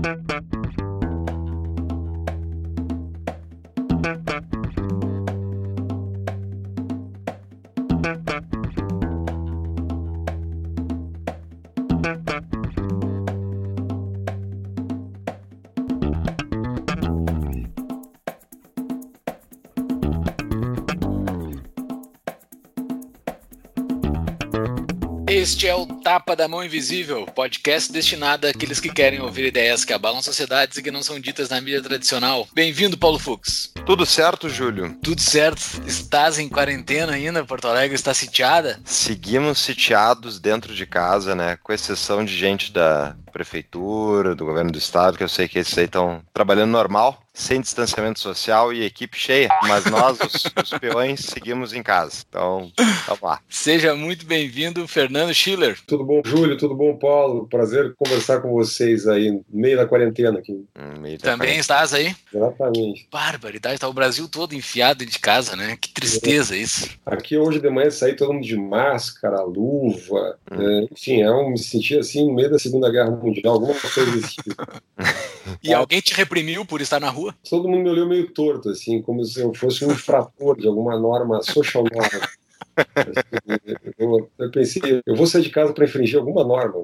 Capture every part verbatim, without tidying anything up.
Este é o Tapa da Mão Invisível, podcast destinado àqueles que querem ouvir ideias que abalam sociedades e que não são ditas na mídia tradicional. Bem-vindo, Paulo Fux. Tudo certo, Júlio? Tudo certo. Estás em quarentena ainda? Porto Alegre está sitiada? Seguimos sitiados dentro de casa, né? Com exceção de gente da prefeitura, do governo do estado, que eu sei que esses aí estão trabalhando normal, sem distanciamento social e equipe cheia, mas nós, os, os peões, seguimos em casa. Então, vamos lá. Seja muito bem-vindo, Fernando Schiller. Tudo bom, Júlio? Tudo bom, Paulo? Prazer conversar com vocês aí, no meio da quarentena aqui. Hum, meio da Também quarentena. estás aí? Exatamente. Barbaridade, está o Brasil todo enfiado dentro de casa, né? Que tristeza isso. Aqui hoje de manhã saí todo mundo de máscara, luva, Hum. é, enfim, eu me senti assim no meio da Segunda Guerra Mundial, alguma coisa desse tipo. E alguém te reprimiu por estar na rua? Todo mundo me olhou meio torto, assim, como se eu fosse um infrator de alguma norma social norma. Eu, eu pensei, eu vou sair de casa para infringir alguma norma.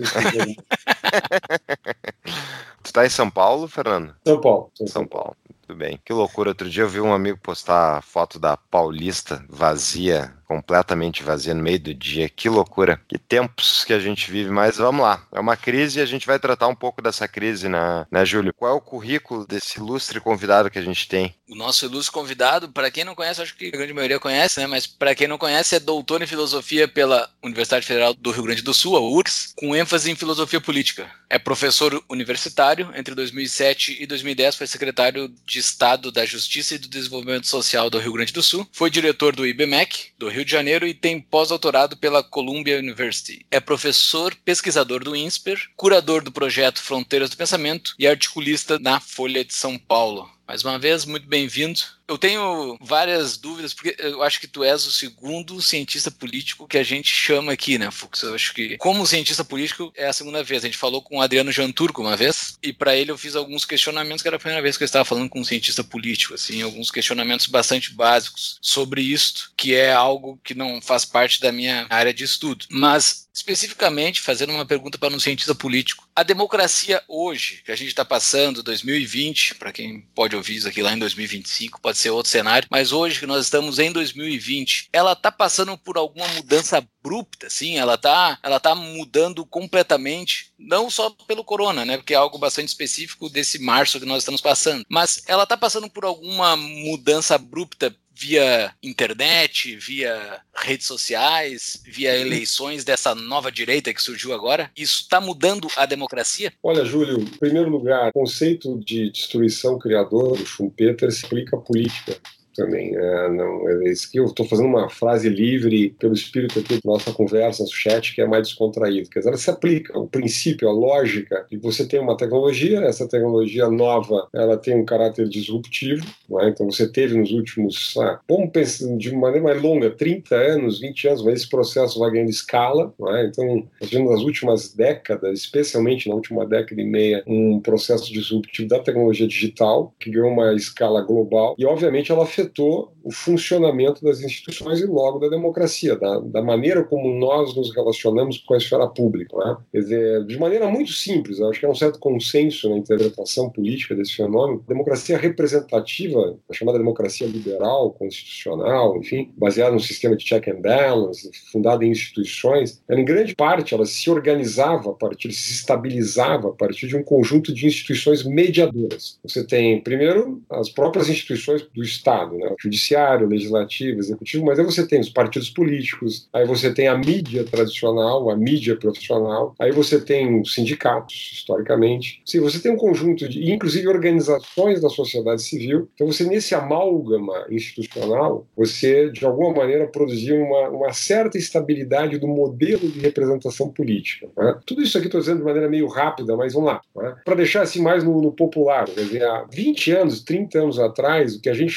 Tu tá em São Paulo, Fernando? São Paulo. São Paulo. Tudo bem. Que loucura. Outro dia eu vi um amigo postar a foto da Paulista vazia, completamente vazia no meio do dia. Que loucura. Que tempos que a gente vive, mas vamos lá. É uma crise e a gente vai tratar um pouco dessa crise, né, né, Júlio? Qual é o currículo desse ilustre convidado que a gente tem? O nosso ilustre convidado, para quem não conhece, acho que a grande maioria conhece, né? Mas para quem não conhece, é doutor em filosofia pela Universidade Federal do Rio Grande do Sul, a U R G S, com ênfase em filosofia política. É professor universitário, entre dois mil e sete e dois mil e dez foi secretário de Estado da Justiça e do Desenvolvimento Social do Rio Grande do Sul, foi diretor do I B M E C, do Rio de Janeiro, e tem pós-doutorado pela Columbia University. É professor pesquisador do INSPER, curador do projeto Fronteiras do Pensamento e articulista na Folha de São Paulo. Mais uma vez, muito bem-vindo. Eu tenho várias dúvidas, porque eu acho que tu és o segundo cientista político que a gente chama aqui, né, Fux? Eu acho que, como cientista político, é a segunda vez. A gente falou com o Adriano Janturco uma vez, e para ele eu fiz alguns questionamentos, que era a primeira vez que eu estava falando com um cientista político, assim, alguns questionamentos bastante básicos sobre isto, que é algo que não faz parte da minha área de estudo. Mas, especificamente, fazendo uma pergunta para um cientista político, a democracia hoje, que a gente está passando, dois mil e vinte, para quem pode ouvir isso aqui lá em dois mil e vinte e cinco, pode ser outro cenário, mas hoje que nós estamos em dois mil e vinte, ela está passando por alguma mudança abrupta, assim, ela está ela tá mudando completamente, não só pelo corona, né, porque é algo bastante específico desse março que nós estamos passando, mas ela está passando por alguma mudança abrupta via internet, via redes sociais, via eleições dessa nova direita que surgiu agora? Isso está mudando a democracia? Olha, Júlio, em primeiro lugar, o conceito de destruição criador do Schumpeter se aplica à política também. É, não, é isso que eu estou fazendo uma frase livre pelo espírito aqui da nossa conversa no chat, que é mais descontraído. Quer dizer, ela se aplica, o princípio, a lógica de você tem uma tecnologia, essa tecnologia nova, ela tem um caráter disruptivo, não é? Então você teve nos últimos, ah, vamos pensar de maneira mais longa, trinta anos, vinte anos, mas esse processo vai ganhando escala, não é? Então nós vimos nas últimas décadas, especialmente na última década e meia, um processo disruptivo da tecnologia digital, que ganhou uma escala global, e obviamente ela afetou o funcionamento das instituições e logo da democracia, da, da maneira como nós nos relacionamos com a esfera pública, né? Quer dizer, de maneira muito simples, acho que há um certo consenso na interpretação política desse fenômeno. A democracia representativa, a chamada democracia liberal, constitucional, enfim, baseada num sistema de check and balance, fundada em instituições, ela, em grande parte, ela se organizava a partir, se estabilizava a partir de um conjunto de instituições mediadoras. Você tem, primeiro, as próprias instituições do Estado, né? O judiciário, legislativo, executivo, mas aí você tem os partidos políticos, aí você tem a mídia tradicional, a mídia profissional, aí você tem os sindicatos, historicamente. Sim, você tem um conjunto de, inclusive, organizações da sociedade civil. Então você, nesse amálgama institucional, você, de alguma maneira, produziu uma, uma certa estabilidade do modelo de representação política, né? Tudo isso aqui estou dizendo de maneira meio rápida, mas vamos lá, né? Para deixar assim mais no, no popular, quer dizer, há vinte anos, trinta anos atrás, o que a gente chamava de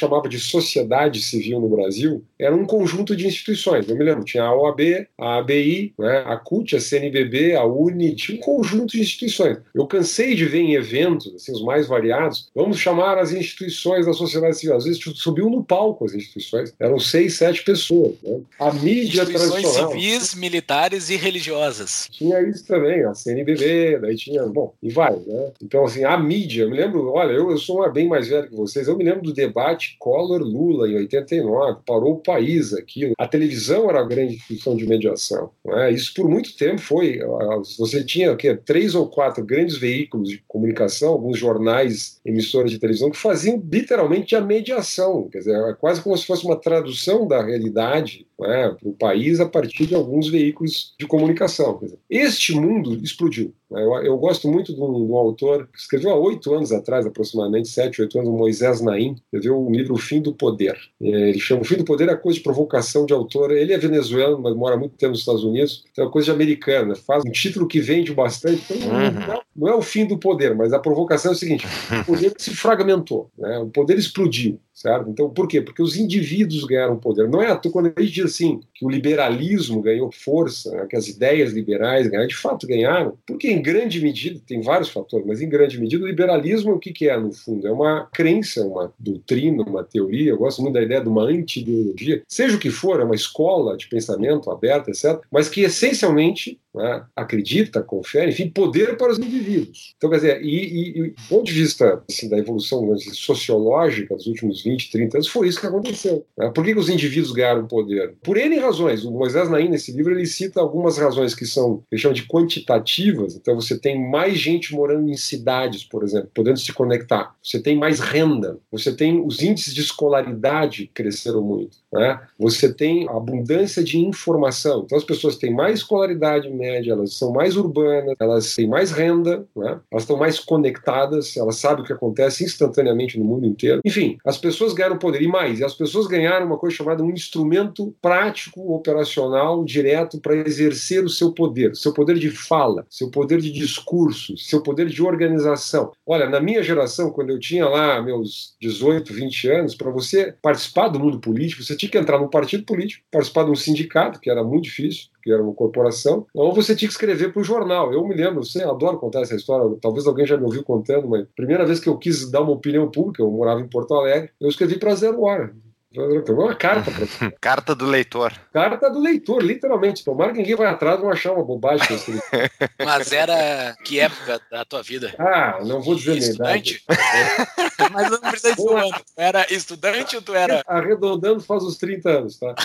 sociedade civil no Brasil era um conjunto de instituições. Eu me lembro, tinha a O A B, a A B I, né, a C U T, a C N B B, a U N I, tinha um conjunto de instituições. Eu cansei de ver em eventos, assim, os mais variados, vamos chamar as instituições da sociedade civil. Às vezes subiu no palco as instituições, eram seis, sete pessoas. Né? A mídia instituições tradicional. Civis, militares e religiosas. Tinha isso também, a C N B B, daí tinha, bom, e vai, né? Então, assim, a mídia, eu me lembro, olha, eu, eu sou uma bem mais velho que vocês, eu me lembro do debate Collor-Lula em oitenta e nove, parou o país aquilo. A televisão era a grande instituição de mediação, né? Isso por muito tempo foi, você tinha o quê? Três ou quatro grandes veículos de comunicação, alguns jornais, emissoras de televisão, que faziam literalmente a mediação, quer dizer, é quase como se fosse uma tradução da realidade, né, para o país a partir de alguns veículos de comunicação. Quer dizer, este mundo explodiu. Eu, eu gosto muito de um, de um autor que escreveu há oito anos atrás, aproximadamente, sete, oito anos, o Moisés Naim, escreveu o livro O Fim do Poder. Ele chama O Fim do Poder, é a coisa de provocação de autor. Ele é venezuelano, mas mora muito tempo nos Estados Unidos, então é uma coisa de americana. Faz um título que vende bastante. Então, uhum. não, é, não é o fim do poder, mas a provocação é o seguinte: o poder se fragmentou, né? O poder explodiu. Certo? Então, por quê? Porque os indivíduos ganharam poder. Não é à toa quando a gente diz assim que o liberalismo ganhou força, né, que as ideias liberais ganharam, de fato ganharam, porque em grande medida, tem vários fatores, mas em grande medida o liberalismo o que, que é, no fundo? É uma crença, uma doutrina, uma teoria. Eu gosto muito da ideia de uma anti-ideologia, seja o que for, é uma escola de pensamento aberta, etcétera, mas que essencialmente, né, acredita, confere, enfim, poder para os indivíduos. Então, quer dizer, e, e, e do ponto de vista assim, da evolução dizer, sociológica dos últimos vinte, trinta anos, foi isso que aconteceu. Né? Por que, que os indivíduos ganharam poder? Por N razões. O Moisés Naim, nesse livro, ele cita algumas razões que são, que chamam de quantitativas. Então, você tem mais gente morando em cidades, por exemplo, podendo se conectar. Você tem mais renda. Você tem os índices de escolaridade que cresceram muito. Né? Você tem abundância de informação. Então, as pessoas têm mais escolaridade média, elas são mais urbanas, elas têm mais renda, né? Elas estão mais conectadas, elas sabem o que acontece instantaneamente no mundo inteiro. Enfim, as pessoas ganharam poder. E mais, e as pessoas ganharam uma coisa chamada um instrumento prático, operacional, direto para exercer o seu poder, seu poder de fala, seu poder de discurso, seu poder de organização. Olha, na minha geração, quando eu tinha lá meus dezoito, vinte anos, para você participar do mundo político, você tinha que entrar num partido político, participar de um sindicato, que era muito difícil, que era uma corporação, ou você tinha que escrever para o jornal. Eu me lembro, eu adoro contar essa história, talvez alguém já me ouviu contando, mas a primeira vez que eu quis dar uma opinião pública, eu morava em Porto Alegre, eu escrevi para Zero Hora. Uma carta para Carta do leitor. Carta do leitor, literalmente. Tomara que ninguém vai atrás e não achar uma bobagem. Mas era que época da tua vida? Ah, não vou dizer minha idade. Mas não precisa dizer um ano. Tu era estudante ou tu era... Arredondando faz uns trinta anos, tá?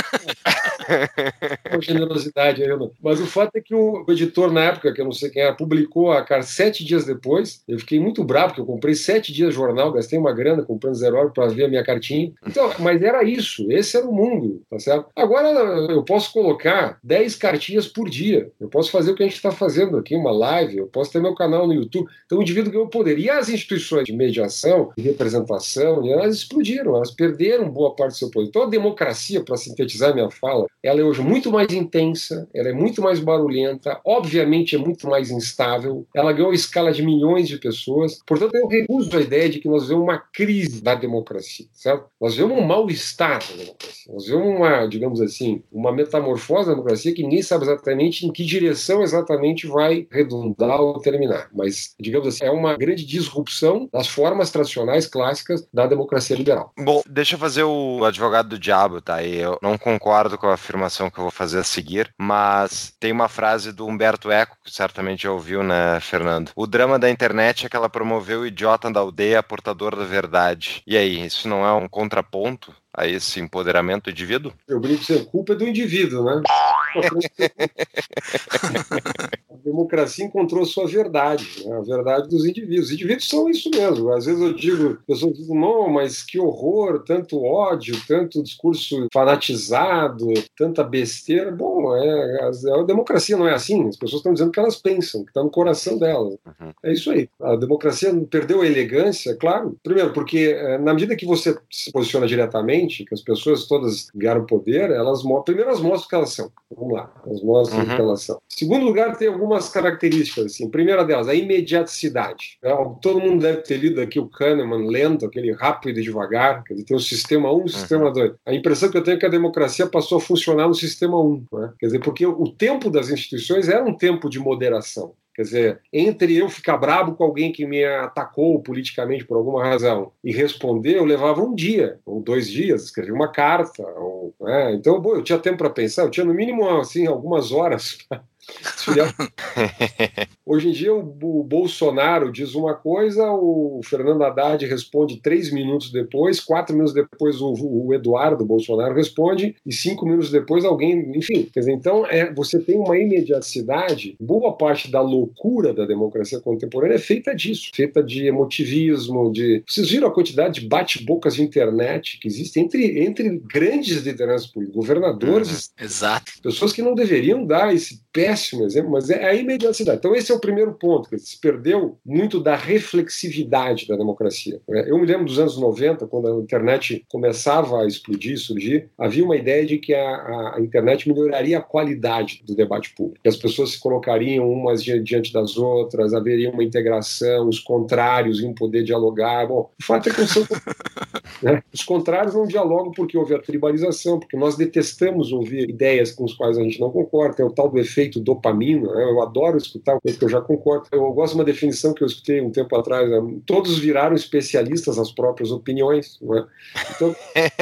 Com generosidade aí, não. Mas o fato é que o editor, na época, que eu não sei quem era, publicou a carta sete dias depois. Eu fiquei muito bravo, porque eu comprei sete dias de jornal, gastei uma grana comprando Zero Hora para ver a minha cartinha. Então, mas era isso, esse era o mundo, tá certo? Agora eu posso colocar dez cartinhas por dia, eu posso fazer o que a gente está fazendo aqui, uma live, eu posso ter meu canal no YouTube. Então o indivíduo ganhou poder. E as instituições de mediação, de representação, elas explodiram, elas perderam boa parte do seu poder. Então a democracia, para sintetizar minha fala, ela é hoje muito mais intensa, ela é muito mais barulhenta, obviamente é muito mais instável, ela ganhou escala de milhões de pessoas, portanto eu recuso a ideia de que nós vemos uma crise da democracia, certo? Nós vemos um mal-estar da democracia, nós vemos uma, digamos assim, uma metamorfose da democracia que ninguém sabe exatamente em que direção exatamente vai redundar ou terminar, mas, digamos assim, é uma grande disrupção das formas tradicionais, clássicas da democracia liberal. Bom, deixa eu fazer o advogado do diabo, tá? E eu não concordo com a afirmação que eu vou fazer a seguir, mas tem uma frase do Humberto Eco, que certamente já ouviu, né, Fernando? O drama da internet é que ela promoveu o idiota da aldeia portador da verdade. E aí, isso não é um contraponto a esse empoderamento do indivíduo? Eu brinco que a culpa é do indivíduo, né? A democracia encontrou sua verdade, né? A verdade dos indivíduos. Os indivíduos são isso mesmo. Às vezes eu digo, pessoas dizem, não, mas que horror, tanto ódio, tanto discurso fanatizado, tanta besteira. Bom, é, a, a democracia não é assim. As pessoas estão dizendo que elas pensam, que está no coração delas. Uhum. É isso aí. A democracia perdeu a elegância, claro. Primeiro, porque na medida que você se posiciona diretamente, que as pessoas todas ganharam poder, elas primeiro elas mostram o que elas são. Vamos lá, as nossas Uhum. em relação. Segundo lugar, tem algumas características. Assim. Primeira delas, a imediaticidade. É, todo mundo deve ter lido aqui o Kahneman, lento, aquele rápido e devagar. Quer dizer, tem o sistema um e o sistema dois. A impressão que eu tenho é que a democracia passou a funcionar no sistema um. Né? Quer dizer, porque o tempo das instituições era um tempo de moderação. Quer dizer, entre eu ficar brabo com alguém que me atacou politicamente por alguma razão e responder, eu levava um dia, ou dois dias, escrevia uma carta. Ou, né? Então, bom, eu tinha tempo para pensar, eu tinha no mínimo assim, algumas horas para esfriar. Hoje em dia, o, o Bolsonaro diz uma coisa, o Fernando Haddad responde três minutos depois, quatro minutos depois o, o Eduardo Bolsonaro responde, e cinco minutos depois alguém... Enfim, quer dizer, então é, você tem uma imediaticidade. Boa parte da loucura da democracia contemporânea é feita disso, feita de emotivismo, de... Vocês viram a quantidade de bate-bocas de internet que existe entre, entre grandes lideranças políticas, governadores, uhum, exato. pessoas que não deveriam dar esse péssimo exemplo, mas é a imediaticidade. Então esse é o primeiro ponto, que se perdeu muito da reflexividade da democracia. Eu me lembro dos anos noventa, quando a internet começava a explodir, surgir, havia uma ideia de que a, a internet melhoraria a qualidade do debate público, que as pessoas se colocariam umas diante das outras, haveria uma integração, os contrários iam poder dialogar. Bom, o fato é que são, né? Os contrários não dialogam porque houve a tribalização, porque nós detestamos ouvir ideias com as quais a gente não concorda, tem o tal do efeito dopamina, né? Eu adoro escutar coisa que eu já concordo. Eu gosto de uma definição que eu escutei um tempo atrás, né? Todos viraram especialistas nas próprias opiniões, né? Então,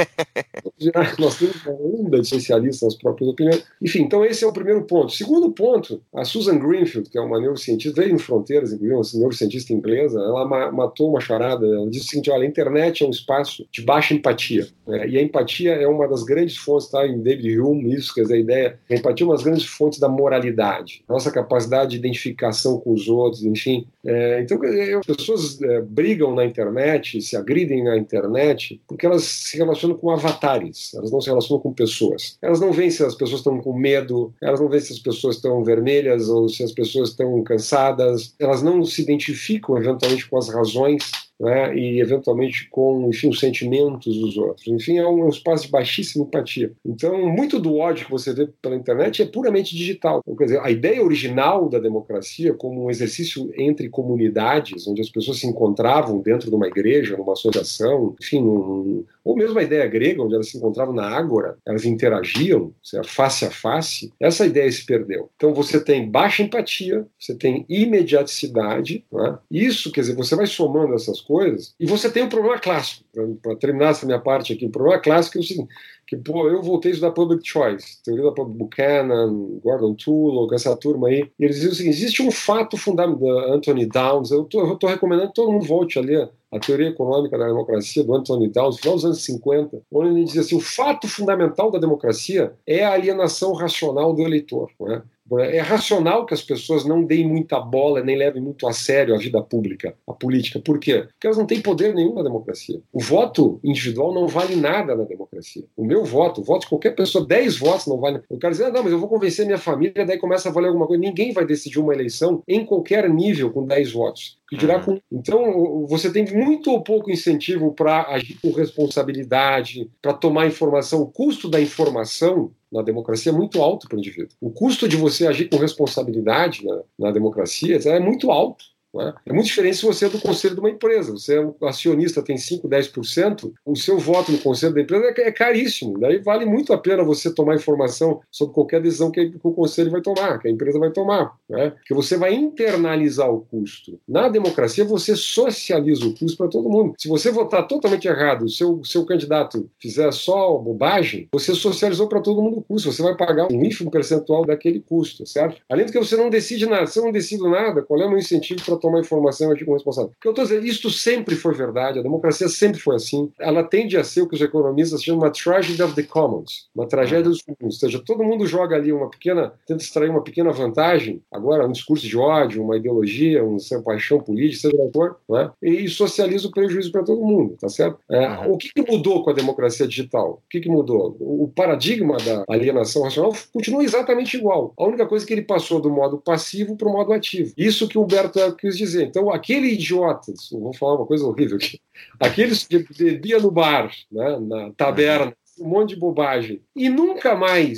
nós temos uma onda de especialistas nas próprias opiniões. Enfim, então esse é o primeiro ponto. Segundo ponto, a Susan Greenfield, que é uma neurocientista, veio em Fronteiras, inclusive, uma neurocientista inglesa, ela ma matou uma charada, ela disse o seguinte, olha, a internet é um espaço de baixa empatia, né? E a empatia é uma das grandes fontes, tá, em David Hume, isso, quer dizer, a ideia, a empatia é uma das grandes fontes da moralidade, nossa capacidade de identificação com os outros, enfim. É, então, as pessoas é, brigam na internet, se agridem na internet, porque elas se relacionam com avatares, elas não se relacionam com pessoas. Elas não veem se as pessoas estão com medo, elas não veem se as pessoas estão vermelhas ou se as pessoas estão cansadas, elas não se identificam, eventualmente, com as razões, né, e eventualmente com, enfim, os sentimentos dos outros. Enfim, é um, é um espaço de baixíssima empatia. Então, muito do ódio que você vê pela internet é puramente digital. Quer dizer, a ideia original da democracia como um exercício entre comunidades, onde as pessoas se encontravam dentro de uma igreja, numa associação, enfim, um, ou mesmo a ideia grega, onde elas se encontravam na ágora, elas interagiam, seja, face a face, essa ideia se perdeu. Então, você tem baixa empatia, você tem imediaticidade, né? Isso, quer dizer, você vai somando essas coisas, coisas, e você tem um problema clássico. Para terminar essa minha parte aqui, o problema clássico é o seguinte, que, pô, eu voltei a estudar Public Choice, teoria da Buchanan, Gordon Tullock, essa turma aí, e eles dizem o seguinte, existe um fato fundamental, Anthony Downs, eu estou recomendando que todo mundo volte a ler a teoria econômica da democracia do Anthony Downs, no final dos anos cinquenta, onde ele diz assim, o fato fundamental da democracia é a alienação racional do eleitor, não é? É racional que as pessoas não deem muita bola, nem levem muito a sério a vida pública, a política. Por quê? Porque elas não têm poder nenhum na democracia. O voto individual não vale nada na democracia. O meu voto, o voto de qualquer pessoa, dez votos não vale. Eu quero dizer, ah, não, mas eu vou convencer minha família, daí começa a valer alguma coisa. Ninguém vai decidir uma eleição em qualquer nível com dez votos. Que dirá com... Então, você tem muito ou pouco incentivo para agir com responsabilidade, para tomar informação. O custo da informação na democracia é muito alto para o indivíduo. O custo de você agir com responsabilidade na, na democracia é muito alto. Né? É muito diferente se você é do conselho de uma empresa. Você é um acionista, tem cinco, dez por cento, o seu voto no conselho da empresa é caríssimo. Daí vale muito a pena você tomar informação sobre qualquer decisão que o conselho vai tomar, que a empresa vai tomar. Né? Porque você vai internalizar o custo. Na democracia, você socializa o custo para todo mundo. Se você votar totalmente errado, o seu, seu candidato fizer só bobagem, você socializou para todo mundo o custo. Você vai pagar um ínfimo percentual daquele custo, certo? Além do que você não decide nada. Se eu não decido nada, qual é o meu incentivo para tomar informação e agir como responsável? Porque eu estou dizendo, isto sempre foi verdade, a democracia sempre foi assim. Ela tende a ser o que os economistas chamam uma tragedy of the commons, uma tragédia dos comuns. Ou seja, todo mundo joga ali uma pequena, tenta extrair uma pequena vantagem, agora um discurso de ódio, uma ideologia, uma paixão política, seja lá o que for, né? E socializa o prejuízo para todo mundo, tá certo? É, uhum. O que, que mudou com a democracia digital? O que, que mudou? O paradigma da alienação racional continua exatamente igual. A única coisa é que ele passou do modo passivo para o modo ativo. Isso que o Humberto quis dizer. Então, aquele idiota, vou falar uma coisa horrível aqui, aqueles que bebia no bar, né, na taberna, um monte de bobagem, e nunca mais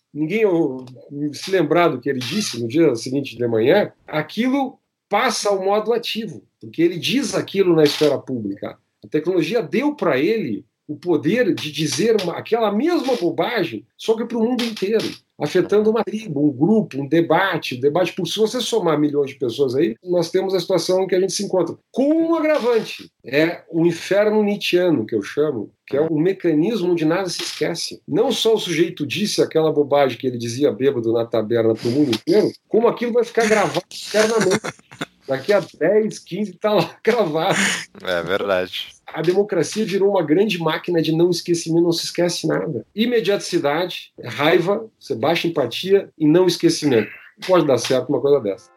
ninguém se lembrar do que ele disse no dia seguinte de manhã, aquilo passa ao modo ativo, porque ele diz aquilo na esfera pública. A tecnologia deu para ele o poder de dizer uma, aquela mesma bobagem, só que para o mundo inteiro, afetando uma tribo, um grupo, um debate, um debate por se você somar milhões de pessoas aí, nós temos a situação em que a gente se encontra. Com um agravante, é o inferno nietzschiano, que eu chamo, que é um mecanismo onde nada se esquece. Não só o sujeito disse aquela bobagem que ele dizia bêbado na taberna para o mundo inteiro, como aquilo vai ficar gravado eternamente. Daqui a dez, quinze, está lá gravado. É verdade. A democracia virou uma grande máquina de não esquecimento, não se esquece nada. Imediaticidade, raiva, você baixa empatia e não esquecimento. Pode dar certo uma coisa dessa.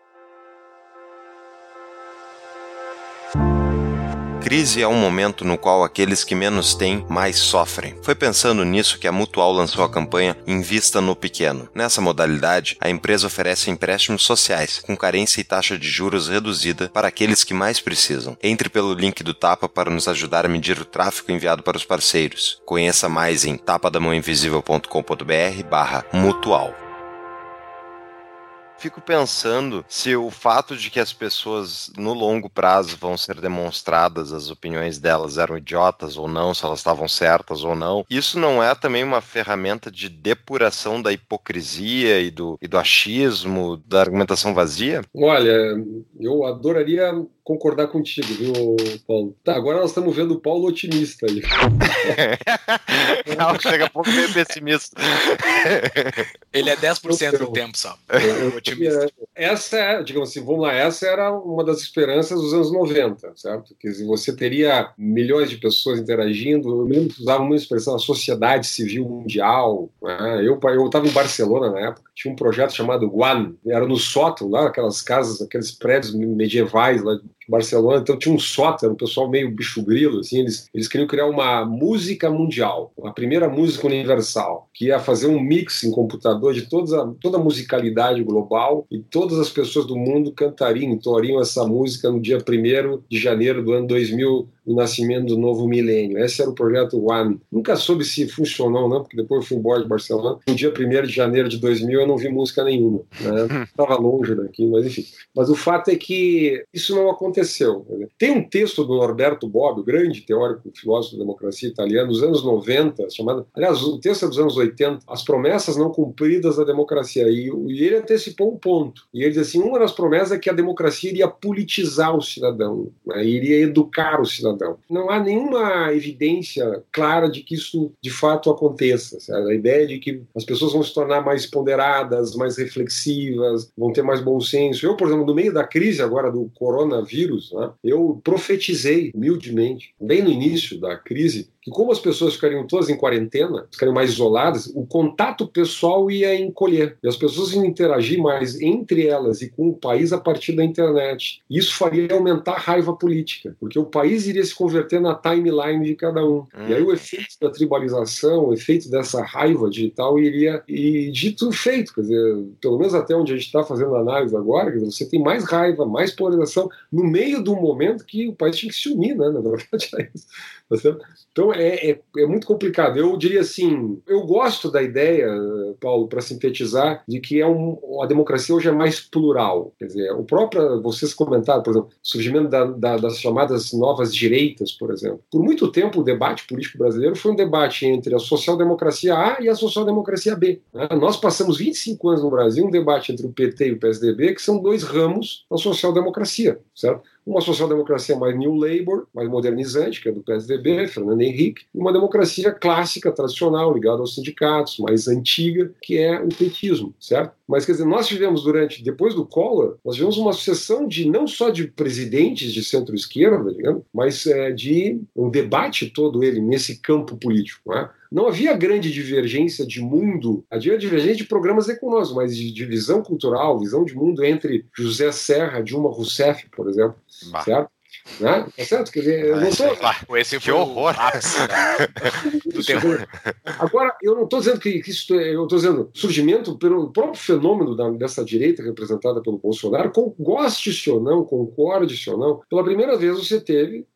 Crise é um momento no qual aqueles que menos têm mais sofrem. Foi pensando nisso que a Mutual lançou a campanha Invista no Pequeno. Nessa modalidade, a empresa oferece empréstimos sociais, com carência e taxa de juros reduzida para aqueles que mais precisam. Entre pelo link do Tapa para nos ajudar a medir o tráfego enviado para os parceiros. Conheça mais em tapadamãoinvisível.com.br barra mutual. Fico pensando se o fato de que as pessoas no longo prazo vão ser demonstradas as opiniões delas eram idiotas ou não, se elas estavam certas ou não, isso não é também uma ferramenta de depuração da hipocrisia e do, e do achismo, da argumentação vazia? Olha, eu adoraria concordar contigo, viu, Paulo? Tá, agora nós estamos vendo o Paulo otimista aí. Não, chega a pouco meio pessimista. Ele é dez por cento do tempo só. Eu, otimista. Essa é, digamos assim, vamos lá, essa era uma das esperanças dos anos noventa, certo? Quer dizer, você teria milhões de pessoas interagindo. Eu me lembro que usava uma expressão, a sociedade civil mundial. Né? Eu eu estava em Barcelona na época, tinha um projeto chamado Guan, era no sótão, lá, aquelas casas, aqueles prédios medievais lá de Barcelona, então tinha um sótão, um pessoal meio bicho grilo, assim, eles, eles queriam criar uma música mundial, a primeira música universal, que ia fazer um mix em computador de toda a, toda a musicalidade global e todas as pessoas do mundo cantariam, entoariam essa música no dia primeiro de janeiro do ano dois mil, o nascimento do novo milênio. Esse era o projeto One. Nunca soube se funcionou ou não, porque depois eu fui embora de Barcelona. No dia primeiro de janeiro de dois mil eu não vi música nenhuma. Né? Estava longe daqui, mas enfim. Mas o fato é que isso não aconteceu. Né? Tem um texto do Norberto Bobbio, o grande teórico, filósofo da democracia italiano, dos anos noventa, chamado... Aliás, o texto é dos anos oitenta, As Promessas Não Cumpridas da Democracia. E, e ele antecipou um ponto. E ele diz assim, uma das promessas é que a democracia iria politizar o cidadão, né? Iria educar o cidadão. Não há nenhuma evidência clara de que isso de fato aconteça. Sabe? A ideia de que as pessoas vão se tornar mais ponderadas, mais reflexivas, vão ter mais bom senso. Eu, por exemplo, no meio da crise agora do coronavírus, né, eu profetizei humildemente, bem no início da crise, que como as pessoas ficariam todas em quarentena, ficariam mais isoladas, o contato pessoal ia encolher. E as pessoas iam interagir mais entre elas e com o país a partir da internet. Isso faria aumentar a raiva política, porque o país iria se converter na timeline de cada um. Hum. E aí o efeito da tribalização, o efeito dessa raiva digital iria... E dito e feito, quer dizer, pelo menos até onde a gente está fazendo análise agora, quer dizer, você tem mais raiva, mais polarização, no meio de um momento que o país tinha que se unir, né? Na verdade é isso. Tá certo? Então é, é, é muito complicado. Eu diria assim, eu gosto da ideia, Paulo, para sintetizar, de que é um, a democracia hoje é mais plural. Quer dizer, o próprio, vocês comentaram, por exemplo, o surgimento da, da, das chamadas novas direitas, por exemplo. Por muito tempo o debate político brasileiro foi um debate entre a social-democracia A e a social-democracia B. Né? Nós passamos vinte e cinco anos no Brasil um debate entre o P T e o P S D B, que são dois ramos da social-democracia, certo? Uma social-democracia mais New Labour, mais modernizante, que é do P S D B, Fernando Henrique, e uma democracia clássica, tradicional, ligada aos sindicatos, mais antiga, que é o petismo, certo? Mas, quer dizer, nós tivemos durante, depois do Collor, nós tivemos uma sucessão de, não só de presidentes de centro-esquerda, digamos, mas é, de um debate todo ele nesse campo político, não é? Não havia grande divergência de mundo, havia divergência de programas econômicos, mas de, de visão cultural, visão de mundo entre José Serra, Dilma Rousseff, por exemplo, bah. Certo? Né? É certo? Quer dizer, eu não tô... Esse foi que horror! Agora, eu não estou dizendo que, que isso... Eu estou dizendo, surgimento pelo próprio fenômeno da, dessa direita representada pelo Bolsonaro, com, goste-se ou não, concorde-se ou não, pela primeira vez você teve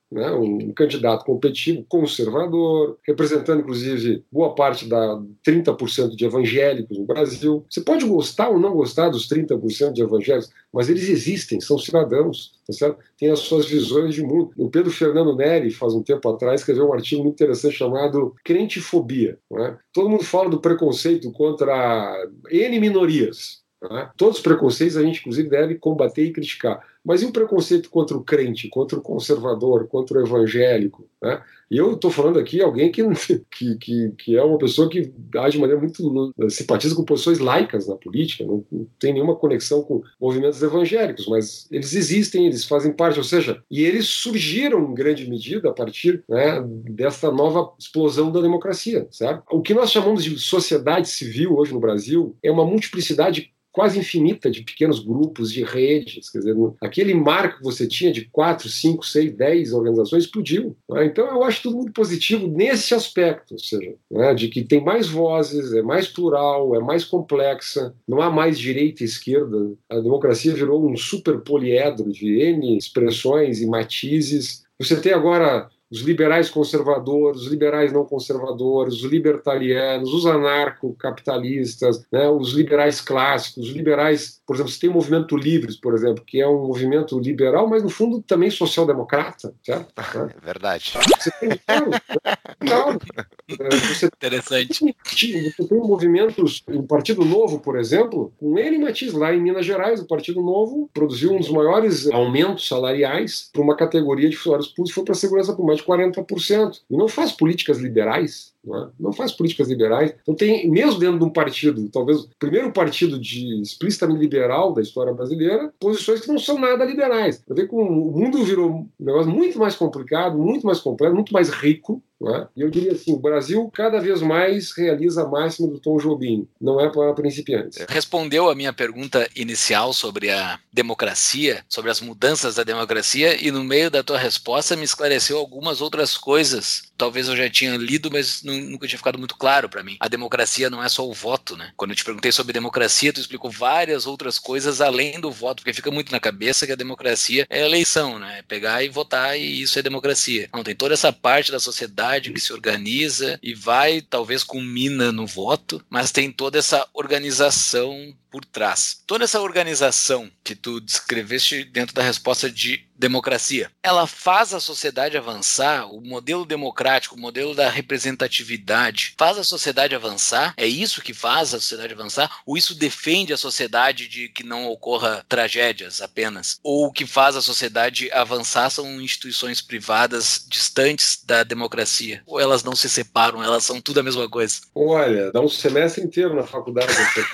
né, um candidato competitivo, conservador, representando, inclusive, boa parte da trinta por cento de evangélicos no Brasil. Você pode gostar ou não gostar dos trinta por cento de evangélicos, mas eles existem, são cidadãos, tá certo? Têm as suas visões de mundo. O Pedro Fernando Neri, faz um tempo atrás, escreveu um artigo muito interessante chamado Crentifobia. Né? Todo mundo fala do preconceito contra N minorias. Né? Todos os preconceitos a gente, inclusive, deve combater e criticar. Mas e o preconceito contra o crente, contra o conservador, contra o evangélico? Né? E eu estou falando aqui alguém que, que, que, que é uma pessoa que age de maneira muito simpatiza com posições laicas na política, não, não tem nenhuma conexão com movimentos evangélicos, mas eles existem, eles fazem parte, ou seja, e eles surgiram em grande medida a partir, né, dessa nova explosão da democracia, certo? O que nós chamamos de sociedade civil hoje no Brasil é uma multiplicidade quase infinita de pequenos grupos, de redes. Quer dizer, aquele marco que você tinha de quatro, cinco, seis, dez organizações explodiu. Né? Então eu acho tudo muito positivo nesse aspecto, ou seja, né, de que tem mais vozes, é mais plural, é mais complexa, não há mais direita e esquerda. A democracia virou um super poliedro de N expressões e matizes. Você tem agora os liberais conservadores, os liberais não conservadores, os libertarianos, os anarcocapitalistas, né, os liberais clássicos, os liberais, por exemplo, você tem o Movimento Livres, por exemplo, que é um movimento liberal, mas no fundo também social-democrata, certo? É verdade. Você tem, claro, claro, você Interessante. Tem, você tem movimentos, o Partido Novo, por exemplo, com N matiz lá em Minas Gerais, o Partido Novo produziu um dos maiores aumentos salariais para uma categoria de funcionários públicos, foi para a segurança pública, de quarenta por cento. E não faz políticas liberais. Não, é? Não faz políticas liberais. Então tem, mesmo dentro de um partido, talvez o primeiro partido de explicitamente liberal da história brasileira, posições que não são nada liberais. Você vê que o mundo virou um negócio muito mais complicado, muito mais complexo, muito mais rico. Não é? E eu diria assim, o Brasil cada vez mais realiza a máxima do Tom Jobim. Não é para principiantes. Respondeu a minha pergunta inicial sobre a democracia, sobre as mudanças da democracia, e no meio da tua resposta me esclareceu algumas outras coisas. Talvez eu já tinha lido, mas nunca tinha ficado muito claro para mim. A democracia não é só o voto, né? Quando eu te perguntei sobre democracia, tu explicou várias outras coisas além do voto, porque fica muito na cabeça que a democracia é a eleição, né? É pegar e votar e isso é democracia. Não, tem toda essa parte da sociedade que se organiza e vai, talvez culmina no voto, mas tem toda essa organização por trás. Toda essa organização que tu descreveste dentro da resposta de democracia, ela faz a sociedade avançar, o modelo democrático, o modelo da representatividade, faz a sociedade avançar? É isso que faz a sociedade avançar? Ou isso defende a sociedade de que não ocorra tragédias apenas? Ou o que faz a sociedade avançar são instituições privadas distantes da democracia? Ou elas não se separam, elas são tudo a mesma coisa? Olha, dá um semestre inteiro na faculdade.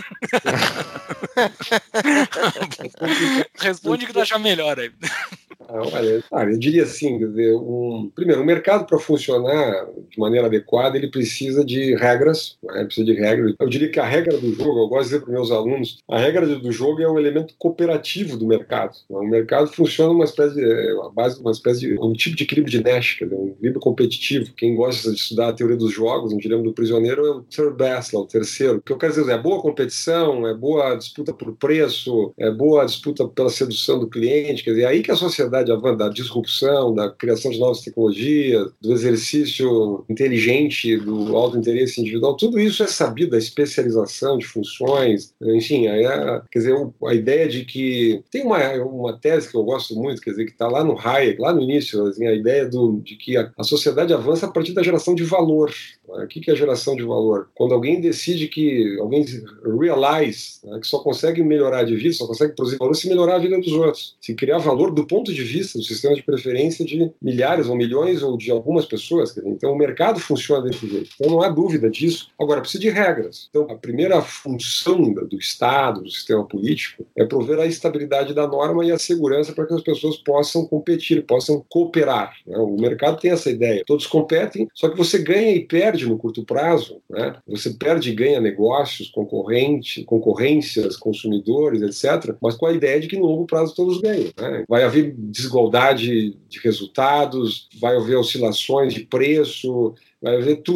Responde que tu achar melhor aí. Ah, olha, ah, eu diria assim, quer dizer, um, primeiro, o mercado para funcionar de maneira adequada, ele precisa de regras, né? Ele precisa de regras. Eu diria que a regra do jogo, eu gosto de dizer para os meus alunos, a regra do jogo é o elemento cooperativo do mercado. Né? O mercado funciona uma espécie de, a base de uma espécie de um tipo de equilíbrio de Nash, quer dizer, um equilíbrio competitivo. Quem gosta de estudar a teoria dos jogos, um dilema do prisioneiro, é o third best, o terceiro. O que eu quero dizer é boa competição, é boa disputa por preço, é boa disputa pela sedução do cliente, quer dizer, é aí que a sociedade da disrupção, da criação de novas tecnologias, do exercício inteligente, do autointeresse individual, tudo isso é sabido, a especialização de funções, enfim, a, quer dizer, a ideia de que tem uma, uma tese que eu gosto muito, quer dizer, que está lá no Hayek, lá no início, assim, a ideia do, de que a, a sociedade avança a partir da geração de valor. Né? O que é a geração de valor? Quando alguém decide que, alguém realize, né, que só consegue melhorar de vida, só consegue produzir valor se melhorar a vida dos outros, se criar valor do ponto de vista do sistema de preferência de milhares ou milhões ou de algumas pessoas. Então o mercado funciona desse jeito. Então não há dúvida disso. Agora, precisa de regras. Então a primeira função do Estado, do sistema político, é prover a estabilidade da norma e a segurança para que as pessoas possam competir, possam cooperar. Né? O mercado tem essa ideia. Todos competem, só que você ganha e perde no curto prazo. Né? Você perde e ganha negócios, concorrente, concorrências, consumidores, etcétera, mas com a ideia de que no longo prazo todos ganham. Né? Vai haver desigualdade de resultados, vai haver oscilações de preço, vai haver tudo.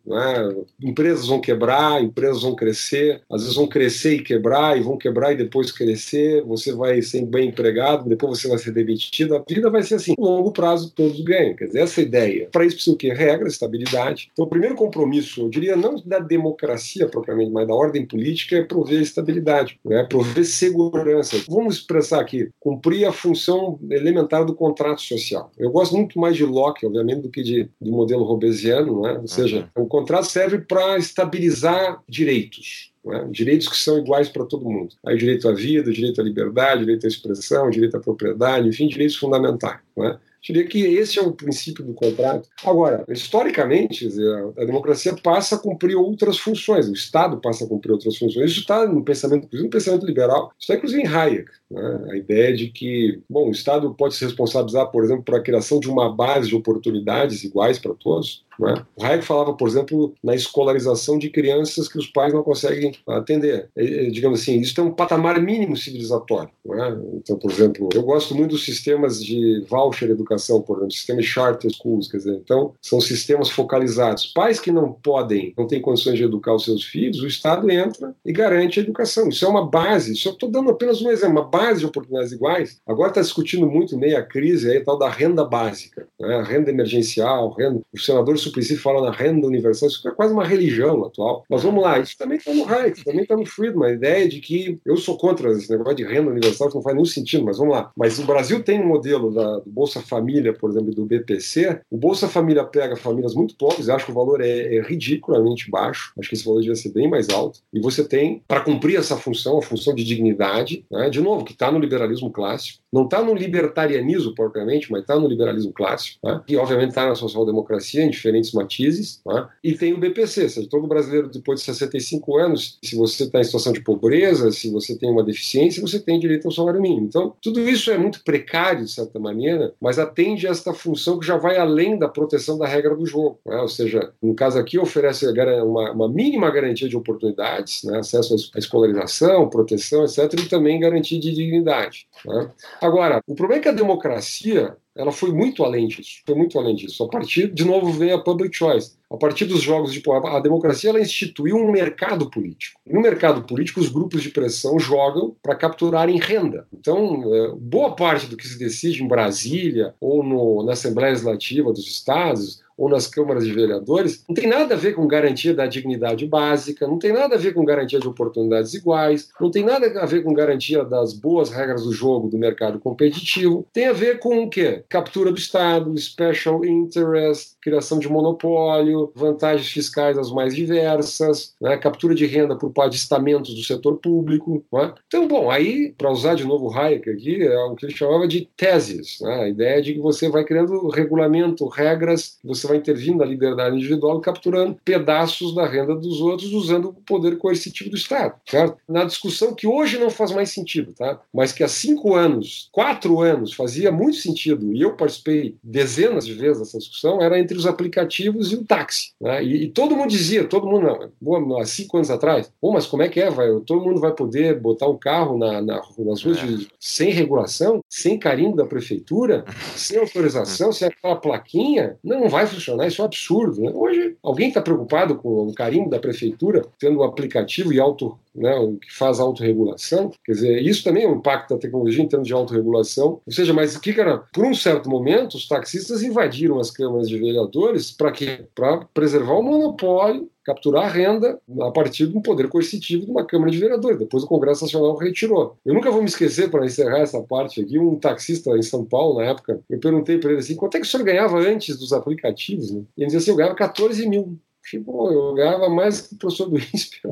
né? Empresas vão quebrar, empresas vão crescer, às vezes vão crescer e quebrar, e vão quebrar e depois crescer, você vai ser bem empregado, depois você vai ser demitido, a vida vai ser assim, a longo prazo todos ganham, quer dizer, essa é a ideia. Para isso precisa o quê? Regras, estabilidade. Então o primeiro compromisso, eu diria, não da democracia propriamente, mas da ordem política, é prover estabilidade, né? Prover segurança. Vamos expressar aqui, cumprir a função elementar do contrato social. Eu gosto muito mais de Locke, obviamente, do que de, do modelo hobbesiano, né? Ou seja, uhum. O contrato serve para estabilizar direitos. Né? Direitos que são iguais para todo mundo. Aí o direito à vida, o direito à liberdade, o direito à expressão, o direito à propriedade, enfim, direitos fundamentais. Né? Eu diria que esse é o princípio do contrato. Agora, historicamente, a democracia passa a cumprir outras funções, o Estado passa a cumprir outras funções. Isso está no pensamento, inclusive no pensamento liberal, isso está inclusive em Hayek. Né? A ideia de que, bom, o Estado pode se responsabilizar, por exemplo, por a criação de uma base de oportunidades iguais para todos. Né? O Hayek falava, por exemplo, na escolarização de crianças que os pais não conseguem atender. É, é, digamos assim, isso tem um patamar mínimo civilizatório. Né? Então, por exemplo, eu gosto muito dos sistemas de voucher educação, por exemplo, sistema de charter schools, quer dizer, então, são sistemas focalizados. Pais que não podem, não têm condições de educar os seus filhos, o Estado entra e garante a educação. Isso é uma base, isso eu estou dando apenas um exemplo, uma base de oportunidades iguais. Agora está discutindo muito, meio a crise, aí, a tal da renda básica, né? A renda emergencial, renda... o senador Suplicy fala na renda universal, isso é quase uma religião atual. Mas vamos lá, isso também está no Hayek, também está no Friedman, a ideia de que eu sou contra esse negócio de renda universal, que não faz nenhum sentido, mas vamos lá. Mas o Brasil tem um modelo da, do Bolsa Família, por exemplo, do B P C. O Bolsa Família pega famílias muito pobres, eu acho que o valor é, é ridiculamente baixo, acho que esse valor devia ser bem mais alto, e você tem, para cumprir essa função, a função de dignidade, né, de novo, que está no liberalismo clássico, não está no libertarianismo propriamente, mas está no liberalismo clássico, né, e obviamente está na social-democracia em diferentes matizes, né, e tem o B P C, ou seja, todo brasileiro depois de sessenta e cinco anos, se você está em situação de pobreza, se você tem uma deficiência, você tem direito ao salário mínimo. Então, tudo isso é muito precário, de certa maneira, mas atende a esta função que já vai além da proteção da regra do jogo, né? Ou seja, no caso aqui oferece uma, uma mínima garantia de oportunidades, né? Acesso à escolarização, proteção, etcétera, e também garantia de dignidade, né? Agora, o problema é que a democracia ela foi muito além disso, foi muito além disso. A partir, de novo, vem a public choice. A partir dos jogos de poder, a democracia ela instituiu um mercado político. E no mercado político, os grupos de pressão jogam para capturarem renda. Então, boa parte do que se decide em Brasília ou no, na Assembleia Legislativa dos Estados ou nas câmaras de vereadores, não tem nada a ver com garantia da dignidade básica, não tem nada a ver com garantia de oportunidades iguais, não tem nada a ver com garantia das boas regras do jogo do mercado competitivo, tem a ver com o quê? Captura do Estado, special interest, criação de monopólio, vantagens fiscais as mais diversas, né? Captura de renda por parte de estamentos do setor público. Né? Então, bom, aí, para usar de novo o Hayek aqui, é o que ele chamava de teses, né? A ideia de que você vai criando regulamento, regras, você vai intervindo na liberdade individual, capturando pedaços da renda dos outros, usando o poder coercitivo do Estado, certo? Na discussão que hoje não faz mais sentido, tá? Mas que há cinco anos, quatro anos, fazia muito sentido, e eu participei dezenas de vezes dessa discussão, era entre os aplicativos e o táxi, né? E, e todo mundo dizia, todo mundo, não, bom, há cinco anos atrás, pô, mas como é que é, vai? Todo mundo vai poder botar um carro na, na, nas ruas de, sem regulação, sem carimbo da prefeitura, sem autorização, sem aquela plaquinha? Não vai funcionar, isso é um absurdo, né? Hoje, alguém está preocupado com o carimbo da prefeitura, tendo um aplicativo e auto, né, que faz autorregulação? Quer dizer, isso também é um impacto da tecnologia em termos de autorregulação. Ou seja, mas o que era? Por um certo momento, os taxistas invadiram as câmaras de vereadores para quê? Para preservar o monopólio, capturar a renda a partir de um poder coercitivo de uma Câmara de Vereadores. Depois o Congresso Nacional retirou. Eu nunca vou me esquecer, para encerrar essa parte aqui, um taxista em São Paulo, na época, eu perguntei para ele assim, quanto é que o senhor ganhava antes dos aplicativos? Né? E ele dizia assim, eu ganhava quatorze mil. Tipo, eu ganhava mais que o professor do I N S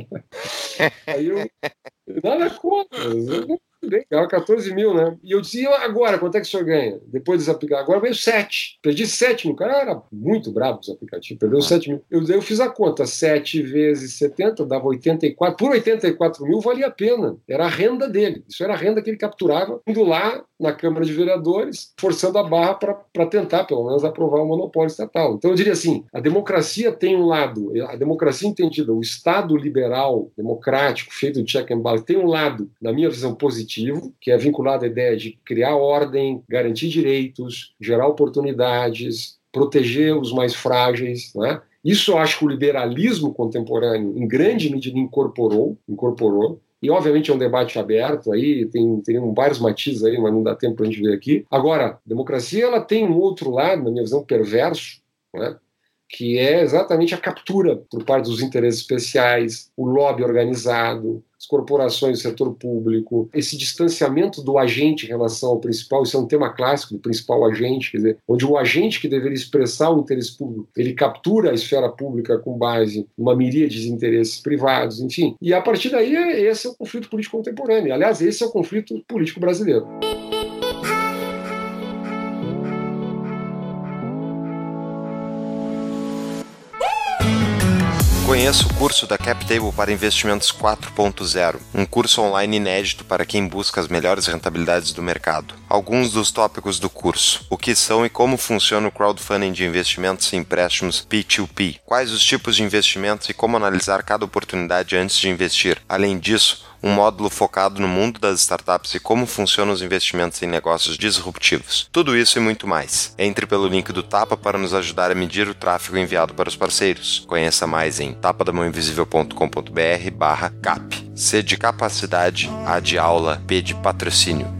P. Aí eu... Nada contra. Eu ganhava quatorze mil, né? E eu dizia, agora, quanto é que o senhor ganha? Depois dos aplicativos. Agora veio sete. Perdi sete mil. O cara era muito bravo dos aplicativos. Perdeu sete mil. Eu, eu fiz a conta. sete vezes setenta dava oitenta e quatro. Por oitenta e quatro mil valia a pena. Era a renda dele. Isso era a renda que ele capturava indo lá na Câmara de Vereadores, forçando a barra para tentar, pelo menos, aprovar o monopólio estatal. Então, eu diria assim, a democracia tem um lado, a democracia entendida, o Estado liberal, democrático, feito de check and balance, tem um lado, na minha visão, positivo, que é vinculado à ideia de criar ordem, garantir direitos, gerar oportunidades, proteger os mais frágeis, né? Isso eu acho que o liberalismo contemporâneo, em grande medida, incorporou, incorporou. E, obviamente, é um debate aberto, aí tem, tem vários matizes aí, mas não dá tempo para a gente ver aqui. Agora, a democracia ela tem um outro lado, na minha visão, perverso, né? Que é exatamente a captura por parte dos interesses especiais, o lobby organizado, as corporações do setor público, esse distanciamento do agente em relação ao principal, isso é um tema clássico do principal agente, quer dizer, onde o agente que deveria expressar o interesse público, ele captura a esfera pública com base numa miríade de interesses privados, enfim. E a partir daí, esse é o conflito político contemporâneo. Aliás, esse é o conflito político brasileiro. Conheça o curso da CapTable para Investimentos quatro ponto zero, um curso online inédito para quem busca as melhores rentabilidades do mercado. Alguns dos tópicos do curso: o que são e como funciona o crowdfunding de investimentos e empréstimos P dois P, quais os tipos de investimentos e como analisar cada oportunidade antes de investir. Além disso, um módulo focado no mundo das startups e como funcionam os investimentos em negócios disruptivos. Tudo isso e muito mais. Entre pelo link do Tapa para nos ajudar a medir o tráfego enviado para os parceiros. Conheça mais em tapadamãoinvisível.com.br barra cap. C de capacidade, A de aula, P de patrocínio.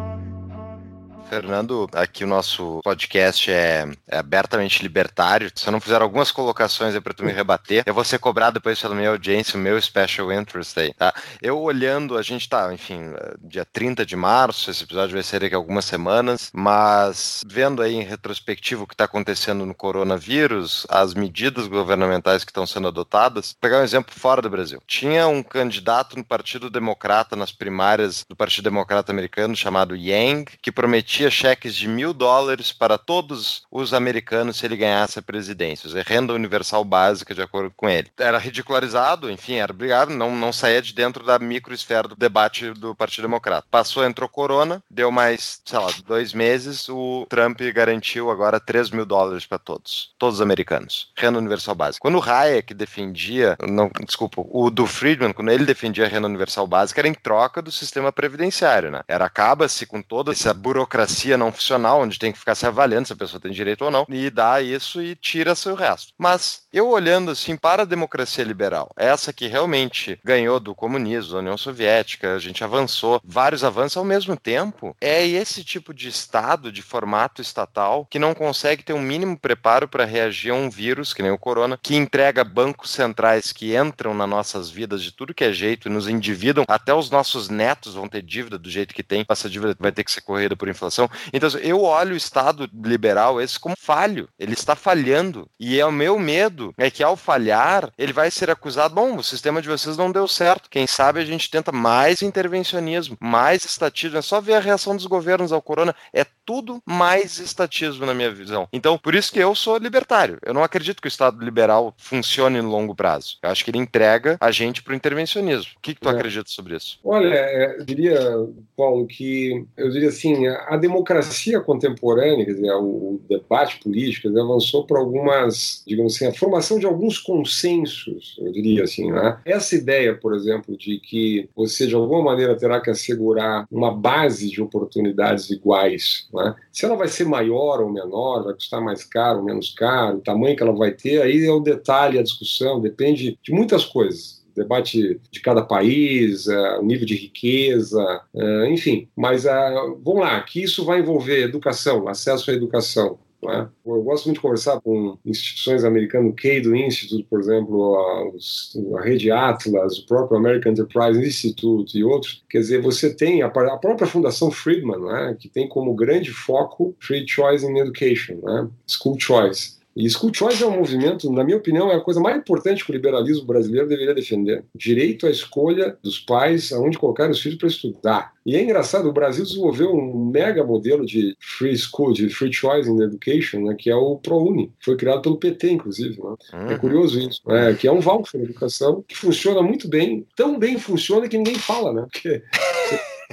Fernando, aqui o nosso podcast é, é abertamente libertário. Se eu não fizer algumas colocações aí pra tu me rebater, eu vou ser cobrado depois pela minha audiência, o meu special interest aí, tá? Eu olhando, a gente tá, enfim, dia trinta de março, esse episódio vai ser daqui a algumas semanas, mas vendo aí em retrospectivo o que tá acontecendo no coronavírus, as medidas governamentais que estão sendo adotadas, vou pegar um exemplo fora do Brasil. Tinha um candidato no Partido Democrata, nas primárias do Partido Democrata americano, chamado Yang, que prometia cheques de mil dólares para todos os americanos se ele ganhasse a presidência, ou seja, renda universal básica de acordo com ele. Era ridicularizado, enfim, era obrigado, não, não saía de dentro da microesfera do debate do Partido Democrata. Passou, entrou corona, deu mais, sei lá, dois meses, o Trump garantiu agora três mil dólares para todos, todos os americanos, renda universal básica. Quando o Hayek defendia, não, desculpa, o do Friedman, quando ele defendia a renda universal básica, era em troca do sistema previdenciário, né? Era, acaba-se com toda essa burocracia não funcional, onde tem que ficar se avaliando se a pessoa tem direito ou não, e dá isso e tira-se o resto. Mas, eu olhando assim para a democracia liberal, essa que realmente ganhou do comunismo, da União Soviética, a gente avançou, vários avanços ao mesmo tempo, é esse tipo de estado, de formato estatal, que não consegue ter um mínimo preparo para reagir a um vírus, que nem o corona, que entrega bancos centrais que entram nas nossas vidas de tudo que é jeito e nos endividam, até os nossos netos vão ter dívida do jeito que tem, essa dívida vai ter que ser corrida por inflação. Então, eu olho o Estado liberal esse como falho. Ele está falhando. E é o meu medo é que, ao falhar, ele vai ser acusado, bom, o sistema de vocês não deu certo. Quem sabe a gente tenta mais intervencionismo, mais estatismo. É só ver a reação dos governos ao corona. É tudo mais estatismo na minha visão. Então, por isso que eu sou libertário. Eu não acredito que o Estado liberal funcione no longo prazo. Eu acho que ele entrega a gente para o intervencionismo. O que, que tu é. acredita sobre isso? Olha, eu diria, Paulo, que eu diria assim, a democracia contemporânea, quer dizer, o debate político, dizer, avançou para algumas, digamos assim, a formação de alguns consensos, eu diria assim, né? Essa ideia, por exemplo, de que você de alguma maneira terá que assegurar uma base de oportunidades iguais, né? Se ela vai ser maior ou menor, vai custar mais caro ou menos caro, o tamanho que ela vai ter, aí é o detalhe, a discussão, depende de muitas coisas. Debate de cada país, uh, o nível de riqueza, uh, enfim. Mas, uh, vamos lá, que isso vai envolver educação, acesso à educação. Não é? Eu gosto muito de conversar com instituições americanas, o Cato Institute, por exemplo, a, a Rede Atlas, o próprio American Enterprise Institute e outros. Quer dizer, você tem a, a própria Fundação Friedman, não é? Que tem como grande foco Free Choice in Education, não é? School Choice. E School Choice é um movimento, na minha opinião, é a coisa mais importante que o liberalismo brasileiro deveria defender. Direito à escolha dos pais aonde colocar os filhos para estudar. E é engraçado, o Brasil desenvolveu um mega modelo de free school, de free choice in education, né, que é o ProUni. Foi criado pelo P T, inclusive. Né? Uhum. É curioso isso. Né, que é um voucher de educação que funciona muito bem. Tão bem funciona que ninguém fala, né? Porque...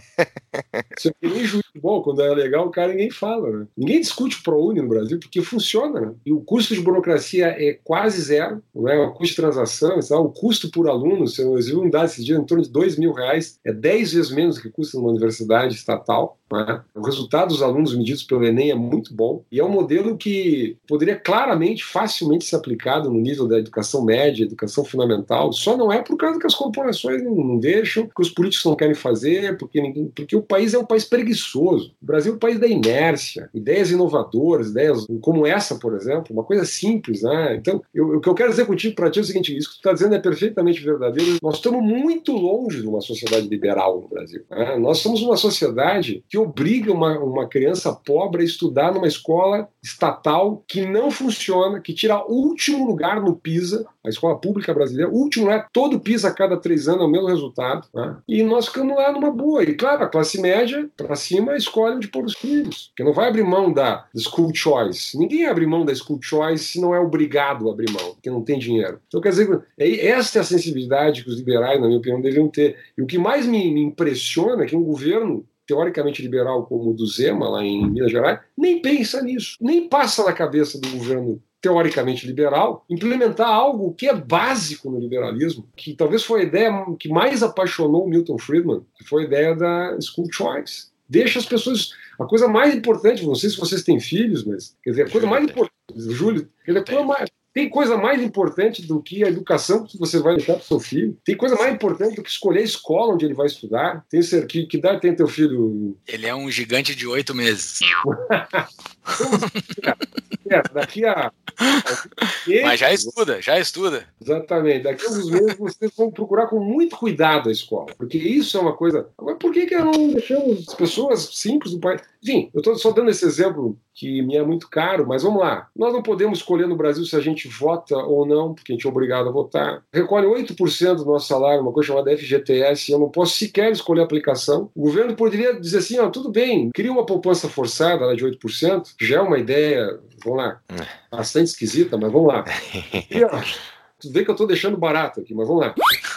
Isso é que nem juiz de futebol, quando é legal, o cara ninguém fala, né? Ninguém discute o ProUni no Brasil, porque funciona, né? E o custo de burocracia é quase zero, não é? O custo de transação, o custo por aluno, se eu vi um dado esse dia, em torno de dois mil reais, é dez vezes menos do que custa numa universidade estatal. Né? O resultado dos alunos medidos pelo Enem é muito bom e é um modelo que poderia claramente, facilmente ser aplicado no nível da educação média, educação fundamental, só não é por causa que as corporações não, não deixam, que os políticos não querem fazer, porque, ninguém, porque o país é um país preguiçoso. O Brasil é um país da inércia, ideias inovadoras, ideias como essa, por exemplo, uma coisa simples. Né? Então, eu, o que eu quero dizer contigo para ti é o seguinte, isso que tu está dizendo é perfeitamente verdadeiro. Nós estamos muito longe de uma sociedade liberal no Brasil. Né? Nós somos uma sociedade que obriga uma, uma criança pobre a estudar numa escola estatal que não funciona, que tira último lugar no PISA, a escola pública brasileira, último lugar, todo PISA a cada três anos é o mesmo resultado, né? E nós ficamos lá numa boa. E claro, a classe média, para cima, escolhe onde pôr os filhos, porque não vai abrir mão da school choice. Ninguém abre mão da school choice se não é obrigado a abrir mão, porque não tem dinheiro. Então, quer dizer, essa é a sensibilidade que os liberais, na minha opinião, deviam ter. E o que mais me, me impressiona é que um governo teoricamente liberal como o do Zema, lá em Minas Gerais, nem pensa nisso, nem passa na cabeça do governo teoricamente liberal, implementar algo que é básico no liberalismo, que talvez foi a ideia que mais apaixonou o Milton Friedman, que foi a ideia da school choice. Deixa as pessoas... A coisa mais importante, não sei se vocês têm filhos, mas quer dizer, a coisa mais importante, Júlio, quer dizer, a coisa mais... Tem coisa mais importante do que a educação que você vai deixar para o seu filho? Tem coisa mais importante do que escolher a escola onde ele vai estudar? Tem ser... que, que idade tem teu filho? Ele é um gigante de oito meses. É, daqui a... Mas já estuda, já estuda. Exatamente. Daqui a alguns meses vocês vão procurar com muito cuidado a escola, porque isso é uma coisa... Agora, por que, que não deixamos as pessoas simples do país... Enfim, eu estou só dando esse exemplo que me é muito caro, mas vamos lá. Nós não podemos escolher no Brasil se a gente vota ou não, porque a gente é obrigado a votar. Recolhe oito por cento do nosso salário, uma coisa chamada F G T S, eu não posso sequer escolher a aplicação. O governo poderia dizer assim, ó, tudo bem, cria uma poupança forçada lá de oito por cento, que já é uma ideia, vamos lá, bastante esquisita, mas vamos lá. Cria... Tu vê que eu estou deixando barato aqui, mas vamos lá.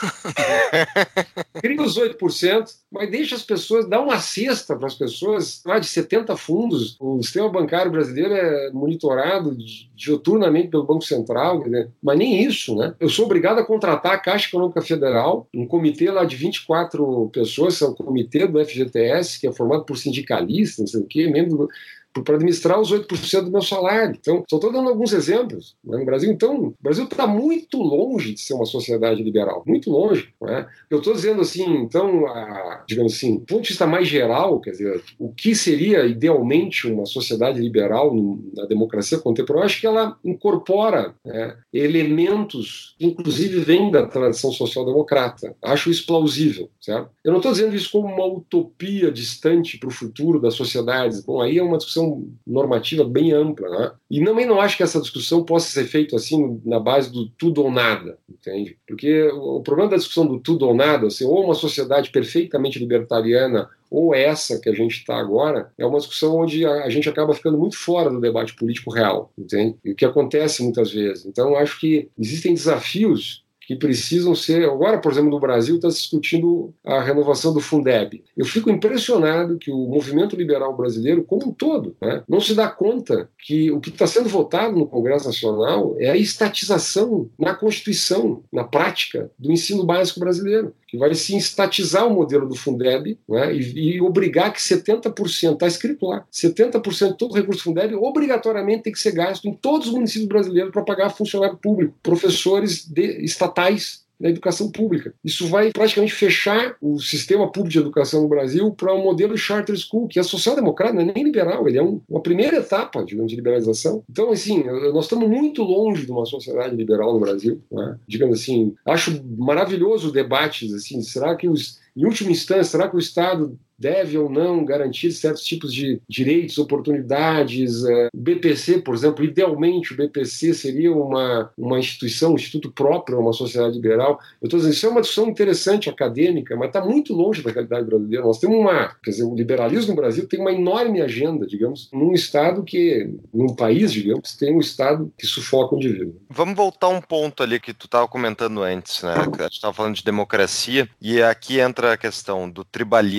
Cria os oito por cento, mas deixa as pessoas, dá uma cesta para as pessoas, lá de setenta fundos. O sistema bancário brasileiro é monitorado diuturnamente pelo Banco Central, né? Mas nem isso, né? Eu sou obrigado a contratar a Caixa Econômica Federal, um comitê lá de vinte e quatro pessoas, é o comitê do F G T S, que é formado por sindicalistas, não sei o quê, membro do... para administrar os oito por cento do meu salário. Então, só estou dando alguns exemplos. Né? No Brasil, então, o Brasil está muito longe de ser uma sociedade liberal. Muito longe. Né? Eu estou dizendo assim, então, a, digamos assim, do ponto de vista mais geral, quer dizer, o que seria idealmente uma sociedade liberal na democracia contemporânea, eu acho que ela incorpora, né, elementos que, inclusive, vêm da tradição social-democrata. Acho isso plausível, certo? Eu não estou dizendo isso como uma utopia distante para o futuro das sociedades. Bom, aí é uma discussão normativa bem ampla, né? E também não acho que essa discussão possa ser feita assim na base do tudo ou nada, entende? Porque o problema da discussão do tudo ou nada, assim, ou uma sociedade perfeitamente libertariana ou essa que a gente está agora, é uma discussão onde a gente acaba ficando muito fora do debate político real, entende? E o que acontece muitas vezes. Então, acho que existem desafios que precisam ser... Agora, por exemplo, no Brasil está se discutindo a renovação do Fundeb. Eu fico impressionado que o movimento liberal brasileiro, como um todo, né, não se dá conta que o que está sendo votado no Congresso Nacional é a estatização na Constituição, na prática, do ensino básico brasileiro, que vai se estatizar o modelo do Fundeb, né, e, e obrigar que setenta por cento, está escrito lá, setenta por cento de todo o recurso do Fundeb obrigatoriamente tem que ser gasto em todos os municípios brasileiros para pagar funcionário público, professores de, estatais da educação pública. Isso vai praticamente fechar o sistema público de educação no Brasil para um modelo charter school, que é social-democrata, não é nem liberal, ele é um, uma primeira etapa, digamos, de liberalização. Então, assim, nós estamos muito longe de uma sociedade liberal no Brasil, né? Digamos assim, acho maravilhoso debates, assim, será que os, em última instância, será que o Estado deve ou não garantir certos tipos de direitos, oportunidades? O B P C, por exemplo, idealmente o B P C seria uma, uma instituição, um instituto próprio a uma sociedade liberal. Eu estou dizendo, isso é uma discussão interessante, acadêmica, mas está muito longe da realidade brasileira. Nós temos uma, quer dizer, o liberalismo no Brasil tem uma enorme agenda, digamos, num Estado que, num país, digamos, tem um Estado que sufoca o indivíduo. Vamos voltar um ponto ali que tu estava comentando antes, né? A gente estava falando de democracia, e aqui entra a questão do tribalismo, né?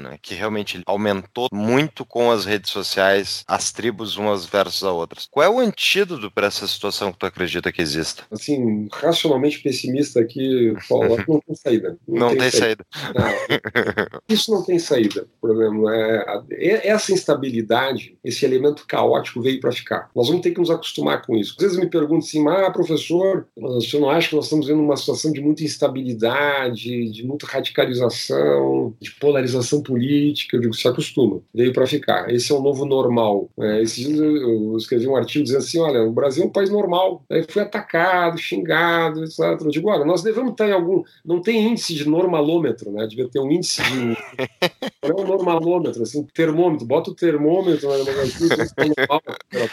né? Que realmente aumentou muito com as redes sociais, as tribos umas versus as outras. Qual é o antídoto para essa situação que tu acredita que exista? Assim, racionalmente pessimista aqui, Paulo, não tem saída. Não, não tem, tem saída. saída. Não, isso não tem saída. O problema é essa instabilidade, esse elemento caótico veio para ficar. Nós vamos ter que nos acostumar com isso. Às vezes me perguntam assim, ah, professor, você não acha que nós estamos vendo uma situação de muita instabilidade, de muita radicalização, de polarização política? Eu digo, se acostuma, veio para ficar. Esse é o novo normal. É, esses dias eu escrevi um artigo dizendo assim, olha, o Brasil é um país normal. Aí foi atacado, xingado, etcétera. Eu digo, olha, nós devemos estar em algum... Não tem índice de normalômetro, né? Devia ter um índice de... Não é um normalômetro, assim, termômetro. Bota o termômetro na normal,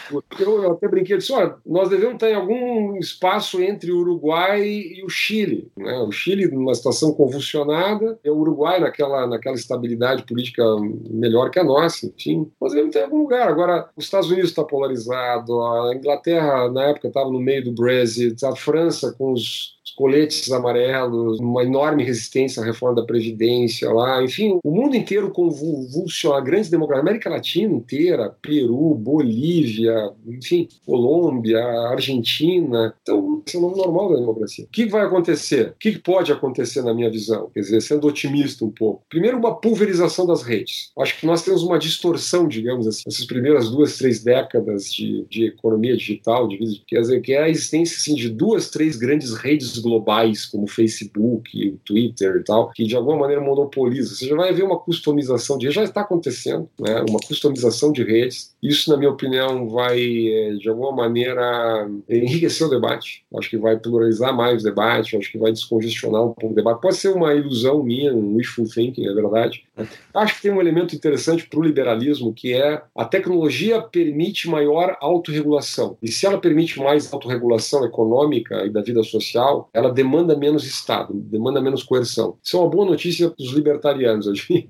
eu, eu até brinquei, eu disse, olha, nós devemos estar em algum espaço entre o Uruguai e o Chile. Né? O Chile numa situação convulsionada, e o Uruguai naquela, naquela estabilidade política melhor que a nossa, enfim. Nós devemos estar em algum lugar. Agora, os Estados Unidos está polarizado, a Inglaterra, na época, estava no meio do Brexit, a França com os coletes amarelos, uma enorme resistência à reforma da Previdência lá, enfim, o mundo inteiro convulsiona, a grande democracia, a América Latina inteira, Peru, Bolívia, enfim, Colômbia, Argentina. Então, esse é o novo normal da democracia. O que vai acontecer? O que pode acontecer na minha visão? Quer dizer, sendo otimista um pouco. Primeiro, uma pulverização das redes. Acho que nós temos uma distorção, digamos assim, essas primeiras duas, três décadas de, de economia digital, de, quer dizer, que é a existência assim, de duas, três grandes redes globais, como o Facebook, o Twitter e tal, que de alguma maneira monopoliza. Você já vai ver uma customização de redes, já está acontecendo, né? Uma customização de redes. Isso, na minha opinião, vai, de alguma maneira, enriquecer o debate. Acho que vai pluralizar mais o debate, acho que vai descongestionar um pouco o debate. Pode ser uma ilusão minha, um wishful thinking, é verdade. Acho que tem um elemento interessante para o liberalismo, que é a tecnologia permite maior autorregulação. E se ela permite mais autorregulação econômica e da vida social, ela demanda menos Estado, demanda menos coerção. Isso é uma boa notícia para os libertarianos, eu digo.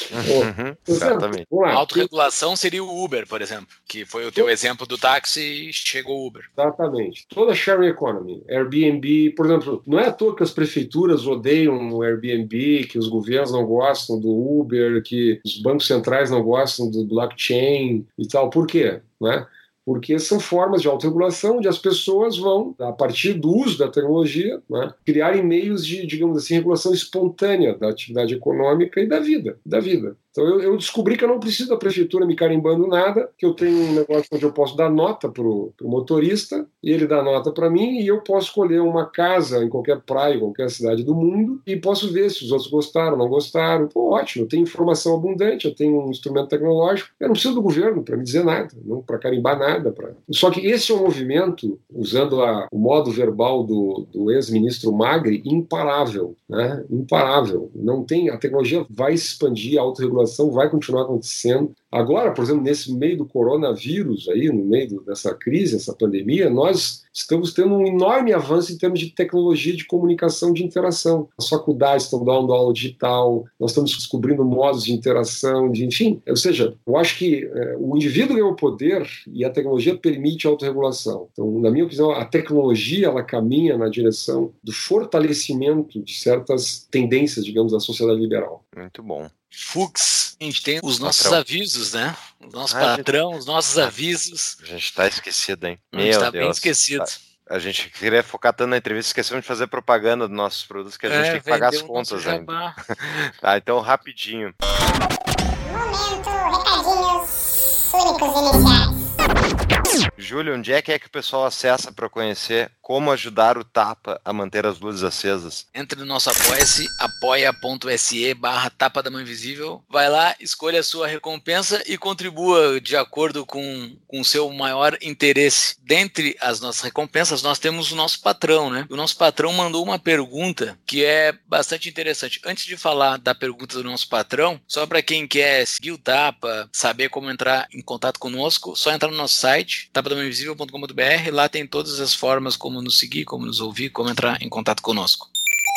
Uhum, exatamente. A autorregulação seria o Uber, por exemplo, que foi o teu exemplo do táxi e chegou o Uber. Exatamente. Toda a sharing economy, Airbnb, por exemplo, não é à toa que as prefeituras odeiam o Airbnb, que os governos não gostam do Uber, que os bancos centrais não gostam do blockchain e tal. Por quê? Né? Porque são formas de autorregulação onde as pessoas vão, a partir do uso da tecnologia, né, criarem meios de, digamos assim, regulação espontânea da atividade econômica e da vida, da vida. Então eu, eu descobri que eu não preciso da prefeitura me carimbando nada, que eu tenho um negócio onde eu posso dar nota para o motorista, e ele dá nota para mim, e eu posso escolher uma casa em qualquer praia, em qualquer cidade do mundo, e posso ver se os outros gostaram, não gostaram. Pô, ótimo, eu tenho informação abundante, eu tenho um instrumento tecnológico, eu não preciso do governo para me dizer nada, não para carimbar nada. Pra... Só que esse é um movimento, usando a, o modo verbal do, do ex-ministro Magri, imparável, né? Imparável. Não tem, a tecnologia vai se expandir, a autorregulação vai continuar acontecendo. Agora, por exemplo, nesse meio do coronavírus, aí, no meio do, dessa crise, essa pandemia, nós estamos tendo um enorme avanço em termos de tecnologia de comunicação, de interação. As faculdades estão dando aula digital, nós estamos descobrindo modos de interação, de, enfim. Ou seja, eu acho que é, o indivíduo ganhou poder e a tecnologia permite a autorregulação. Então, na minha opinião, a tecnologia ela caminha na direção do fortalecimento de certas tendências, digamos, da sociedade liberal. Muito bom. Fux, a gente tem os nossos patrão. avisos, né? O nosso Ah, patrão, gente... os nossos avisos. A gente tá esquecido, hein? A gente Meu tá Deus. bem esquecido. A gente queria focar tanto na entrevista, esquecemos de fazer propaganda dos nossos produtos, que a gente é, tem que pagar as contas ainda. Tá, então rapidinho. Momento, recadinhos únicos iniciais. Júlio, onde é que é que o pessoal acessa para conhecer como ajudar o Tapa a manter as luzes acesas? Entre no nosso apoia-se, apoia.se barra Tapa da Mão Invisível. Vai lá, escolha a sua recompensa e contribua de acordo com o seu maior interesse. Dentre as nossas recompensas, nós temos o nosso patrão, né? O nosso patrão mandou uma pergunta que é bastante interessante. Antes de falar da pergunta do nosso patrão, só para quem quer seguir o Tapa, saber como entrar em contato conosco, só entrar no nosso site, tapa da mão invisível ponto com ponto b r. Lá tem todas as formas como nos seguir, como nos ouvir, como entrar em contato conosco.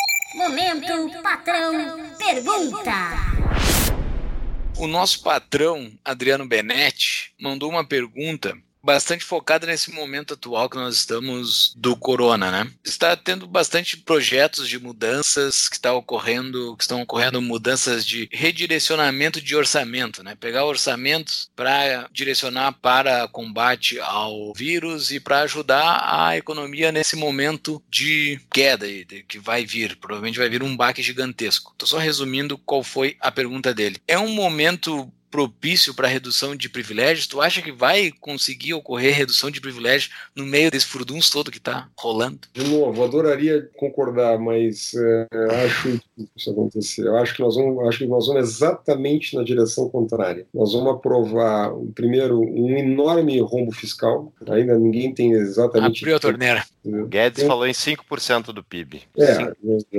Momento Patrão Pergunta. O nosso patrão, Adriano Benetti, mandou uma pergunta bastante focada nesse momento atual que nós estamos do corona, né? Está tendo bastante projetos de mudanças que, está ocorrendo, que estão ocorrendo mudanças de redirecionamento de orçamento, né? Pegar orçamentos para direcionar para combate ao vírus e para ajudar a economia nesse momento de queda que vai vir. Provavelmente vai vir um baque gigantesco. Estou só resumindo qual foi a pergunta dele. É um momento propício para redução de privilégios? Tu acha que vai conseguir ocorrer redução de privilégios no meio desse furdunço todo que está rolando? De novo, adoraria concordar, mas é, acho que isso acontecer. Eu acho que nós vamos, acho que nós vamos exatamente na direção contrária. Nós vamos aprovar, primeiro, um enorme rombo fiscal. Ainda ninguém tem exatamente... Abriu a torneira. O Guedes tem... falou em cinco por cento do P I B. É,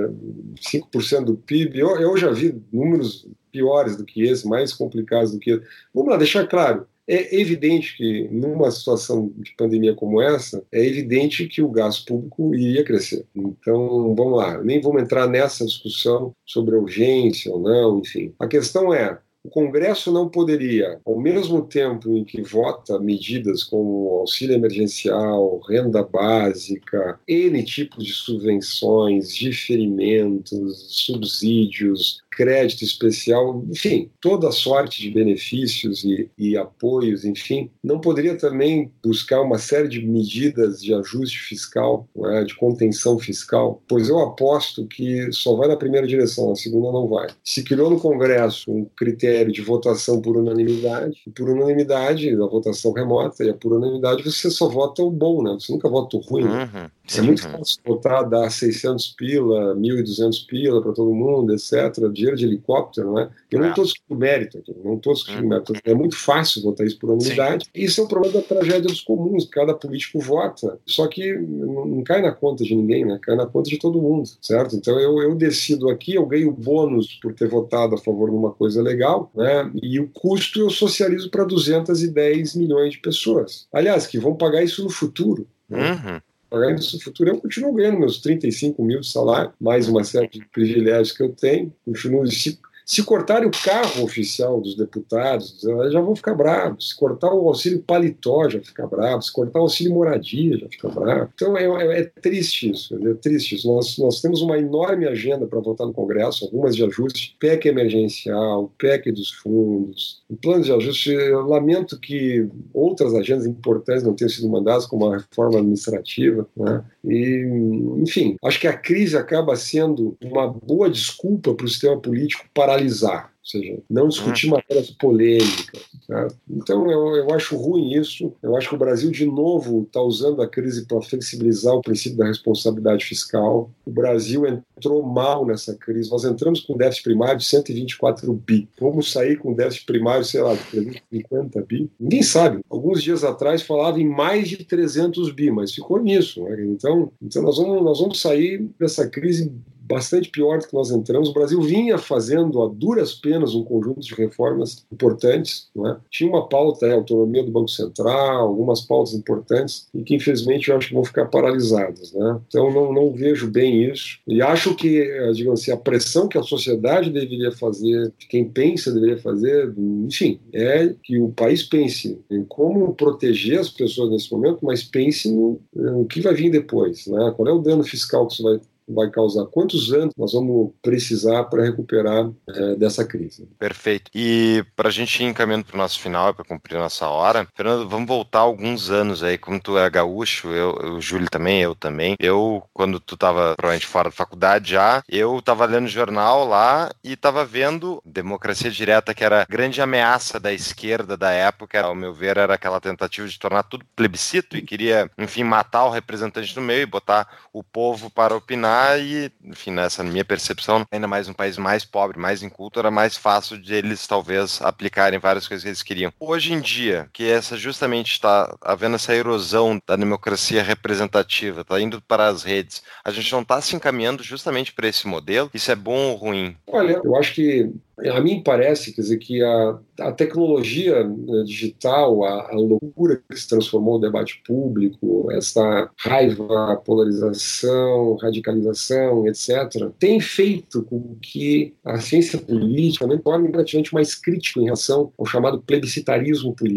cinco por cento do P I B. Eu, eu já vi números piores do que esse, mais complicados do que esse. Vamos lá, deixar claro. É evidente que, numa situação de pandemia como essa, é evidente que o gasto público iria crescer. Então, vamos lá, nem vamos entrar nessa discussão sobre a urgência ou não, enfim. A questão é, o Congresso não poderia, ao mesmo tempo em que vota medidas como auxílio emergencial, renda básica, N tipos de subvenções, diferimentos, subsídios, crédito especial, enfim, toda sorte de benefícios e, e apoios, enfim, não poderia também buscar uma série de medidas de ajuste fiscal, né, de contenção fiscal? Pois eu aposto que só vai na primeira direção, na segunda não vai. Se criou no Congresso um critério de votação por unanimidade, e por unanimidade, a votação remota, e a por unanimidade você só vota o bom, né? Você nunca vota o ruim. Né? Uhum. É muito fácil votar, dar seiscentos pila, mil e duzentos pila para todo mundo, etcétera, dinheiro de helicóptero, né? Eu não estou discutindo mérito aqui, não estou discutindo uhum. mérito. É muito fácil votar isso por unanimidade. Sim. Isso é o problema da tragédia dos comuns, cada político vota, só que não, não cai na conta de ninguém, né? Cai na conta de todo mundo, certo? Então eu, eu decido aqui, eu ganho bônus por ter votado a favor de uma coisa legal, né? E o custo eu socializo para duzentos e dez milhões de pessoas. Aliás, que vão pagar isso no futuro, né? Uhum. Pagar isso no futuro, eu continuo ganhando meus trinta e cinco mil de salário, mais uma série de privilégios que eu tenho, continuo... Se, se cortarem o carro oficial dos deputados, já vão ficar bravos. Se cortar o auxílio paletó, já fica bravo. Se cortar o auxílio moradia, já fica bravo. Então é, é, é triste isso, é triste isso. Nós, nós temos uma enorme agenda para votar no Congresso, algumas de ajuste, P E C emergencial, P E C dos fundos, o plano de ajuste. Eu lamento que outras agendas importantes não tenham sido mandadas, como a reforma administrativa, né? E, enfim, acho que a crise acaba sendo uma boa desculpa para o sistema político paralisar, ou seja, não discutir matérias polêmicas. Tá? Então eu, eu acho ruim isso. Eu acho que o Brasil, de novo, está usando a crise para flexibilizar o princípio da responsabilidade fiscal. O Brasil entrou mal nessa crise. Nós entramos com déficit primário de cento e vinte e quatro bi. Vamos sair com déficit primário, sei lá, de trezentos e cinquenta bi? Ninguém sabe. Alguns dias atrás falava em mais de trezentos bi, mas ficou nisso. Né? Então, então nós, vamos, nós vamos sair dessa crise bastante pior do que nós entramos. O Brasil vinha fazendo a duras penas um conjunto de reformas importantes, não é? Tinha uma pauta, é, a autonomia do Banco Central, algumas pautas importantes, e que infelizmente eu acho que vão ficar paralisadas, né? Então não, não vejo bem isso, e acho que, digamos assim, a pressão que a sociedade deveria fazer, que quem pensa deveria fazer, enfim, é que o país pense em como proteger as pessoas nesse momento, mas pense no, no que vai vir depois, né? Qual é o dano fiscal que isso vai vai causar, quantos anos nós vamos precisar para recuperar é, dessa crise. Perfeito. E para a gente ir encaminhando para o nosso final, para cumprir a nossa hora, Fernando, vamos voltar alguns anos aí, como tu é gaúcho, eu, o Júlio também, eu também. Eu, quando tu estava provavelmente fora da faculdade já, eu estava lendo jornal lá e estava vendo democracia direta, que era a grande ameaça da esquerda da época, ao meu ver, era aquela tentativa de tornar tudo plebiscito e queria, enfim, matar o representante no meio e botar o povo para opinar. E, enfim, nessa minha percepção, ainda mais um país mais pobre, mais inculto, era mais fácil de eles, talvez, aplicarem várias coisas que eles queriam. Hoje em dia, que essa justamente está havendo essa erosão da democracia representativa, está indo para as redes, a gente não está se encaminhando justamente para esse modelo? Isso é bom ou ruim? Olha, eu acho que a mim parece, quer dizer, que a, a tecnologia digital, a, a loucura que se transformou o debate público, essa raiva, polarização, radicalização, etcétera, tem feito com que a ciência política também torne praticamente mais crítico em relação ao chamado plebiscitarismo político.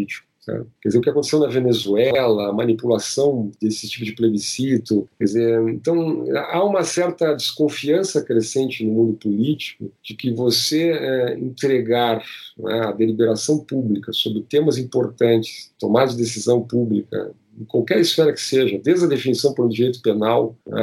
Certo? Quer dizer, o que aconteceu na Venezuela, a manipulação desse tipo de plebiscito, quer dizer, então há uma certa desconfiança crescente no mundo político de que você é, entregar, né, a deliberação pública sobre temas importantes, tomar de decisão pública, em qualquer esfera que seja, desde a definição por um direito penal, né,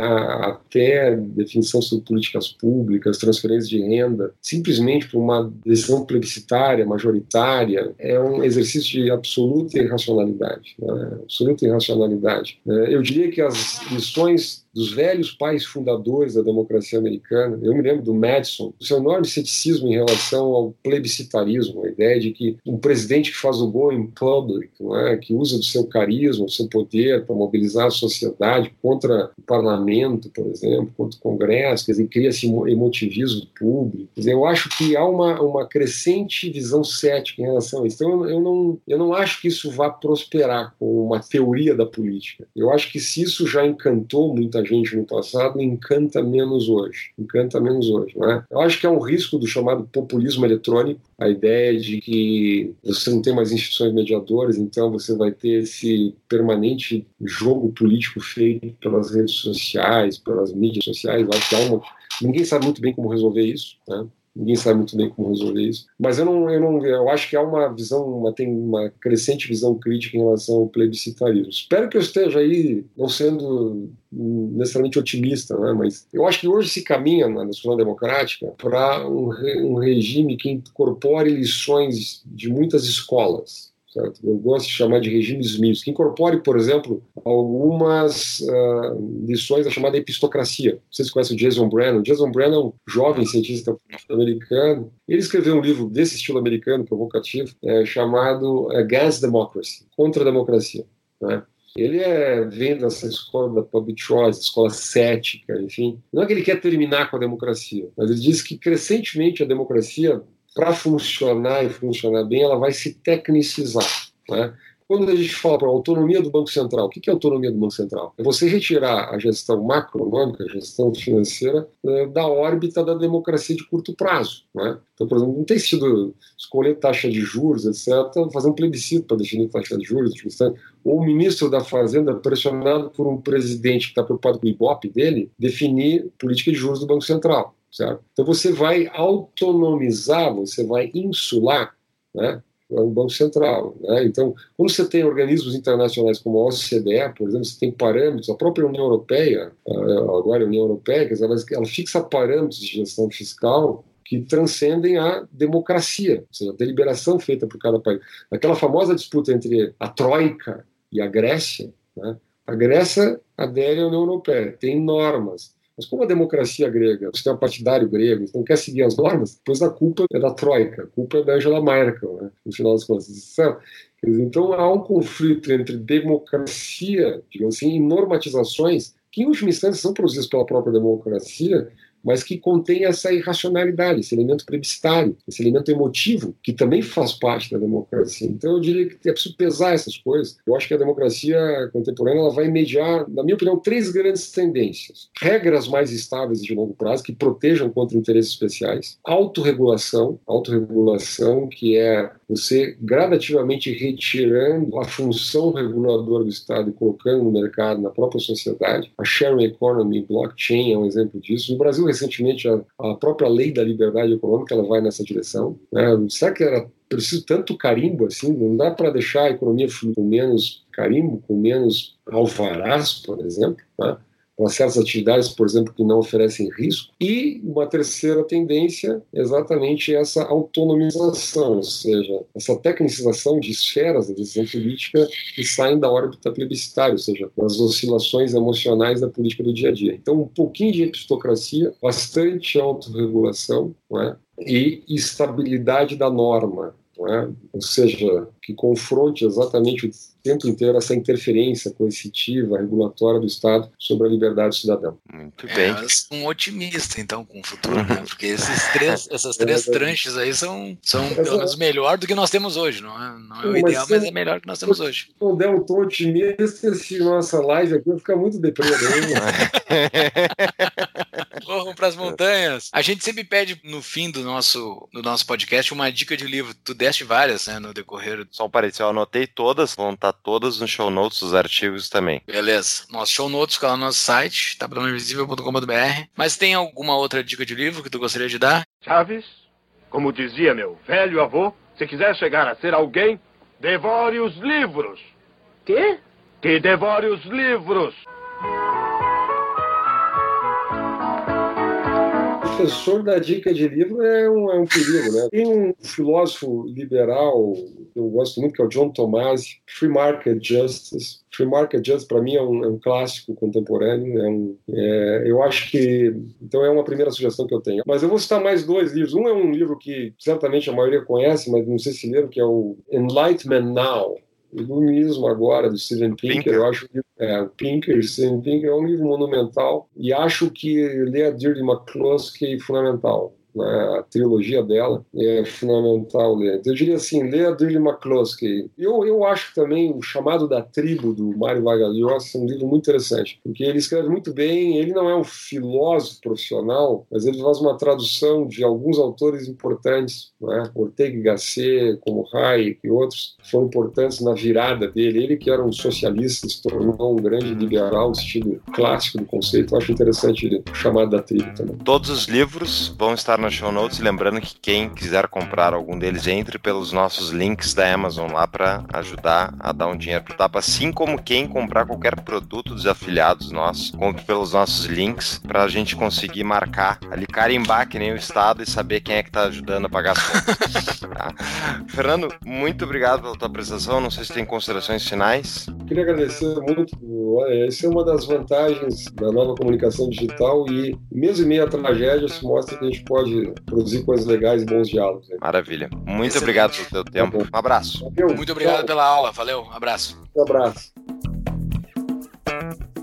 até definição sobre políticas públicas, transferência de renda, simplesmente por uma decisão plebiscitária, majoritária, é um exercício de absoluta irracionalidade. Né, absoluta irracionalidade. Eu diria que as lições dos velhos pais fundadores da democracia americana, eu me lembro do Madison, o seu enorme ceticismo em relação ao plebiscitarismo, a ideia de que um presidente que faz o gol em public, não é? Que usa do seu carisma, do seu poder para mobilizar a sociedade contra o parlamento, por exemplo, contra o Congresso, quer dizer, cria-se emotivismo público. Quer dizer, eu acho que há uma, uma crescente visão cética em relação a isso. Então, eu, eu, não, eu não acho que isso vá prosperar como uma teoria da política. Eu acho que se isso já encantou muita gente no passado, encanta menos hoje. Encanta menos hoje, não é? Eu acho que é um risco do chamado populismo eletrônico, a ideia de que você não tem mais instituições mediadoras, então você vai ter esse permanente jogo político feito pelas redes sociais, pelas mídias sociais. Eu acho que há uma... Ninguém sabe muito bem como resolver isso, né? Ninguém sabe muito bem como resolver isso. Mas eu não, eu não, eu acho que há uma visão, uma, tem uma crescente visão crítica em relação ao plebiscitarismo. Espero que eu esteja aí não sendo necessariamente otimista, né? Mas eu acho que hoje se caminha na discussão democrática para um, re, um regime que incorpore lições de muitas escolas. Certo? Eu gosto de chamar de regimes mistos, que incorpore, por exemplo, algumas uh, lições da chamada epistocracia. Vocês conhecem o Jason Brennan? Jason Brennan é um jovem cientista americano. Ele escreveu um livro desse estilo americano, provocativo, é, chamado Against Democracy, Contra a Democracia. Né? Ele é, vem dessa escola da public choice, escola cética, enfim. Não é que ele quer terminar com a democracia, mas ele diz que crescentemente a democracia, para funcionar e funcionar bem, ela vai se tecnicizar. Né? Quando a gente fala para a autonomia do Banco Central, o que é a autonomia do Banco Central? É você retirar a gestão macroeconômica, a gestão financeira, da órbita da democracia de curto prazo. Né? Então, por exemplo, não tem sido escolher taxa de juros, etcétera, fazer um plebiscito para definir taxa de juros, ou o ministro da Fazenda, pressionado por um presidente que está preocupado com o Ibope dele, definir política de juros do Banco Central. Certo? Então você vai autonomizar, você vai insular, né, o Banco Central. Né? Então, quando você tem organismos internacionais como a O C D E, por exemplo, você tem parâmetros, a própria União Europeia, agora a União Europeia, quer dizer, ela, ela fixa parâmetros de gestão fiscal que transcendem a democracia, ou seja, a deliberação feita por cada país. Aquela famosa disputa entre a Troika e a Grécia, né? A Grécia adere à União Europeia, tem normas. Mas como a democracia grega, o sistema partidário grego, não quer seguir as normas, pois a culpa é da Troika, a culpa é da Angela Merkel, né, no final das contas. Então há um conflito entre democracia, digamos assim, e normatizações que, em última instância, são produzidas pela própria democracia, mas que contém essa irracionalidade, esse elemento plebiscitário, esse elemento emotivo, que também faz parte da democracia. Então eu diria que é preciso pesar essas coisas. Eu acho que a democracia contemporânea ela vai mediar, na minha opinião, três grandes tendências. Regras mais estáveis de longo prazo, que protejam contra interesses especiais. Autorregulação, autorregulação que é você gradativamente retirando a função reguladora do Estado e colocando no mercado, na própria sociedade. A sharing economy, blockchain é um exemplo disso. No Brasil, recentemente, a, a própria lei da liberdade econômica ela vai nessa direção. Né? Será que era preciso tanto carimbo assim? Não dá para deixar a economia fluir com menos carimbo, com menos alvarás, por exemplo, né? Com certas atividades, por exemplo, que não oferecem risco. E uma terceira tendência é exatamente essa autonomização, ou seja, essa tecnicização de esferas da decisão política que saem da órbita plebiscitária, ou seja, das oscilações emocionais da política do dia a dia. Então, um pouquinho de epistocracia, bastante autorregulação, não é? E estabilidade da norma. É? Ou seja, que confronte exatamente o tempo inteiro essa interferência coercitiva, regulatória do Estado sobre a liberdade do cidadão. Muito bem. É, um otimista, então, com o futuro, né? Porque esses três, essas três é tranches aí são, são pelo menos melhor do que nós temos hoje. Não é, não é o ideal, mas, mas é melhor do que nós temos hoje. Se não der um tom otimista, se nossa live aqui vai ficar muito deprê. Ô, corram pras montanhas. A gente sempre pede no fim do nosso, do nosso podcast uma dica de livro. Tu deste várias, né, no decorrer. Só um parênteses, eu anotei todas, vão estar todas no show notes, os artigos também. Beleza. Nosso show notes fica lá no nosso site, tapadão invisível ponto com ponto b r. Mas tem alguma outra dica de livro que tu gostaria de dar? Chaves, como dizia meu velho avô, se quiser chegar a ser alguém, devore os livros. Quê? Que devore os livros. O professor da dica de livro é um, é um perigo, né? Tem um filósofo liberal que eu gosto muito, que é o John Tomasi, Free Market Justice. Free Market Justice, para mim, é um, é um clássico contemporâneo. É um, é, eu acho que... Então, é uma primeira sugestão que eu tenho. Mas eu vou citar mais dois livros. Um é um livro que certamente a maioria conhece, mas não sei se leram, que é o Enlightenment Now. O Iluminismo Agora, do Steven Pinker, Pinker. eu acho que é, Pinker, Steven Pinker é um livro monumental e acho que ler a Deirdre McCloskey é fundamental. A trilogia dela é fundamental ler. Eu diria assim, ler a Deirdre McCloskey. Eu, eu acho também o Chamado da Tribo, do Mário Vargas Llosa, um livro muito interessante, porque ele escreve muito bem, ele não é um filósofo profissional, mas ele faz uma tradução de alguns autores importantes, né? Ortega y Gasset, como Hayek e outros, foram importantes na virada dele. Ele que era um socialista, se tornou um grande liberal, estilo clássico do conceito. Eu acho interessante ele, o Chamado da Tribo também. Todos os livros vão estar no show notes, lembrando que quem quiser comprar algum deles, entre pelos nossos links da Amazon lá para ajudar a dar um dinheiro pro Tapa, assim como quem comprar qualquer produto dos afiliados nossos, compre pelos nossos links para a gente conseguir marcar ali, carimbar que nem o Estado e saber quem é que tá ajudando a pagar as contas. Tá? Fernando, muito obrigado pela tua apresentação, não sei se tem considerações finais. Queria agradecer muito. Olha, essa é uma das vantagens da nova comunicação digital e mesmo em meio à tragédia se mostra que a gente pode produzir coisas legais e bons diálogos. Né? Maravilha. Muito Excelente. Obrigado pelo teu tempo. Tá um abraço. Valeu. Muito obrigado Tchau. Pela aula. Valeu. Um abraço. Um abraço.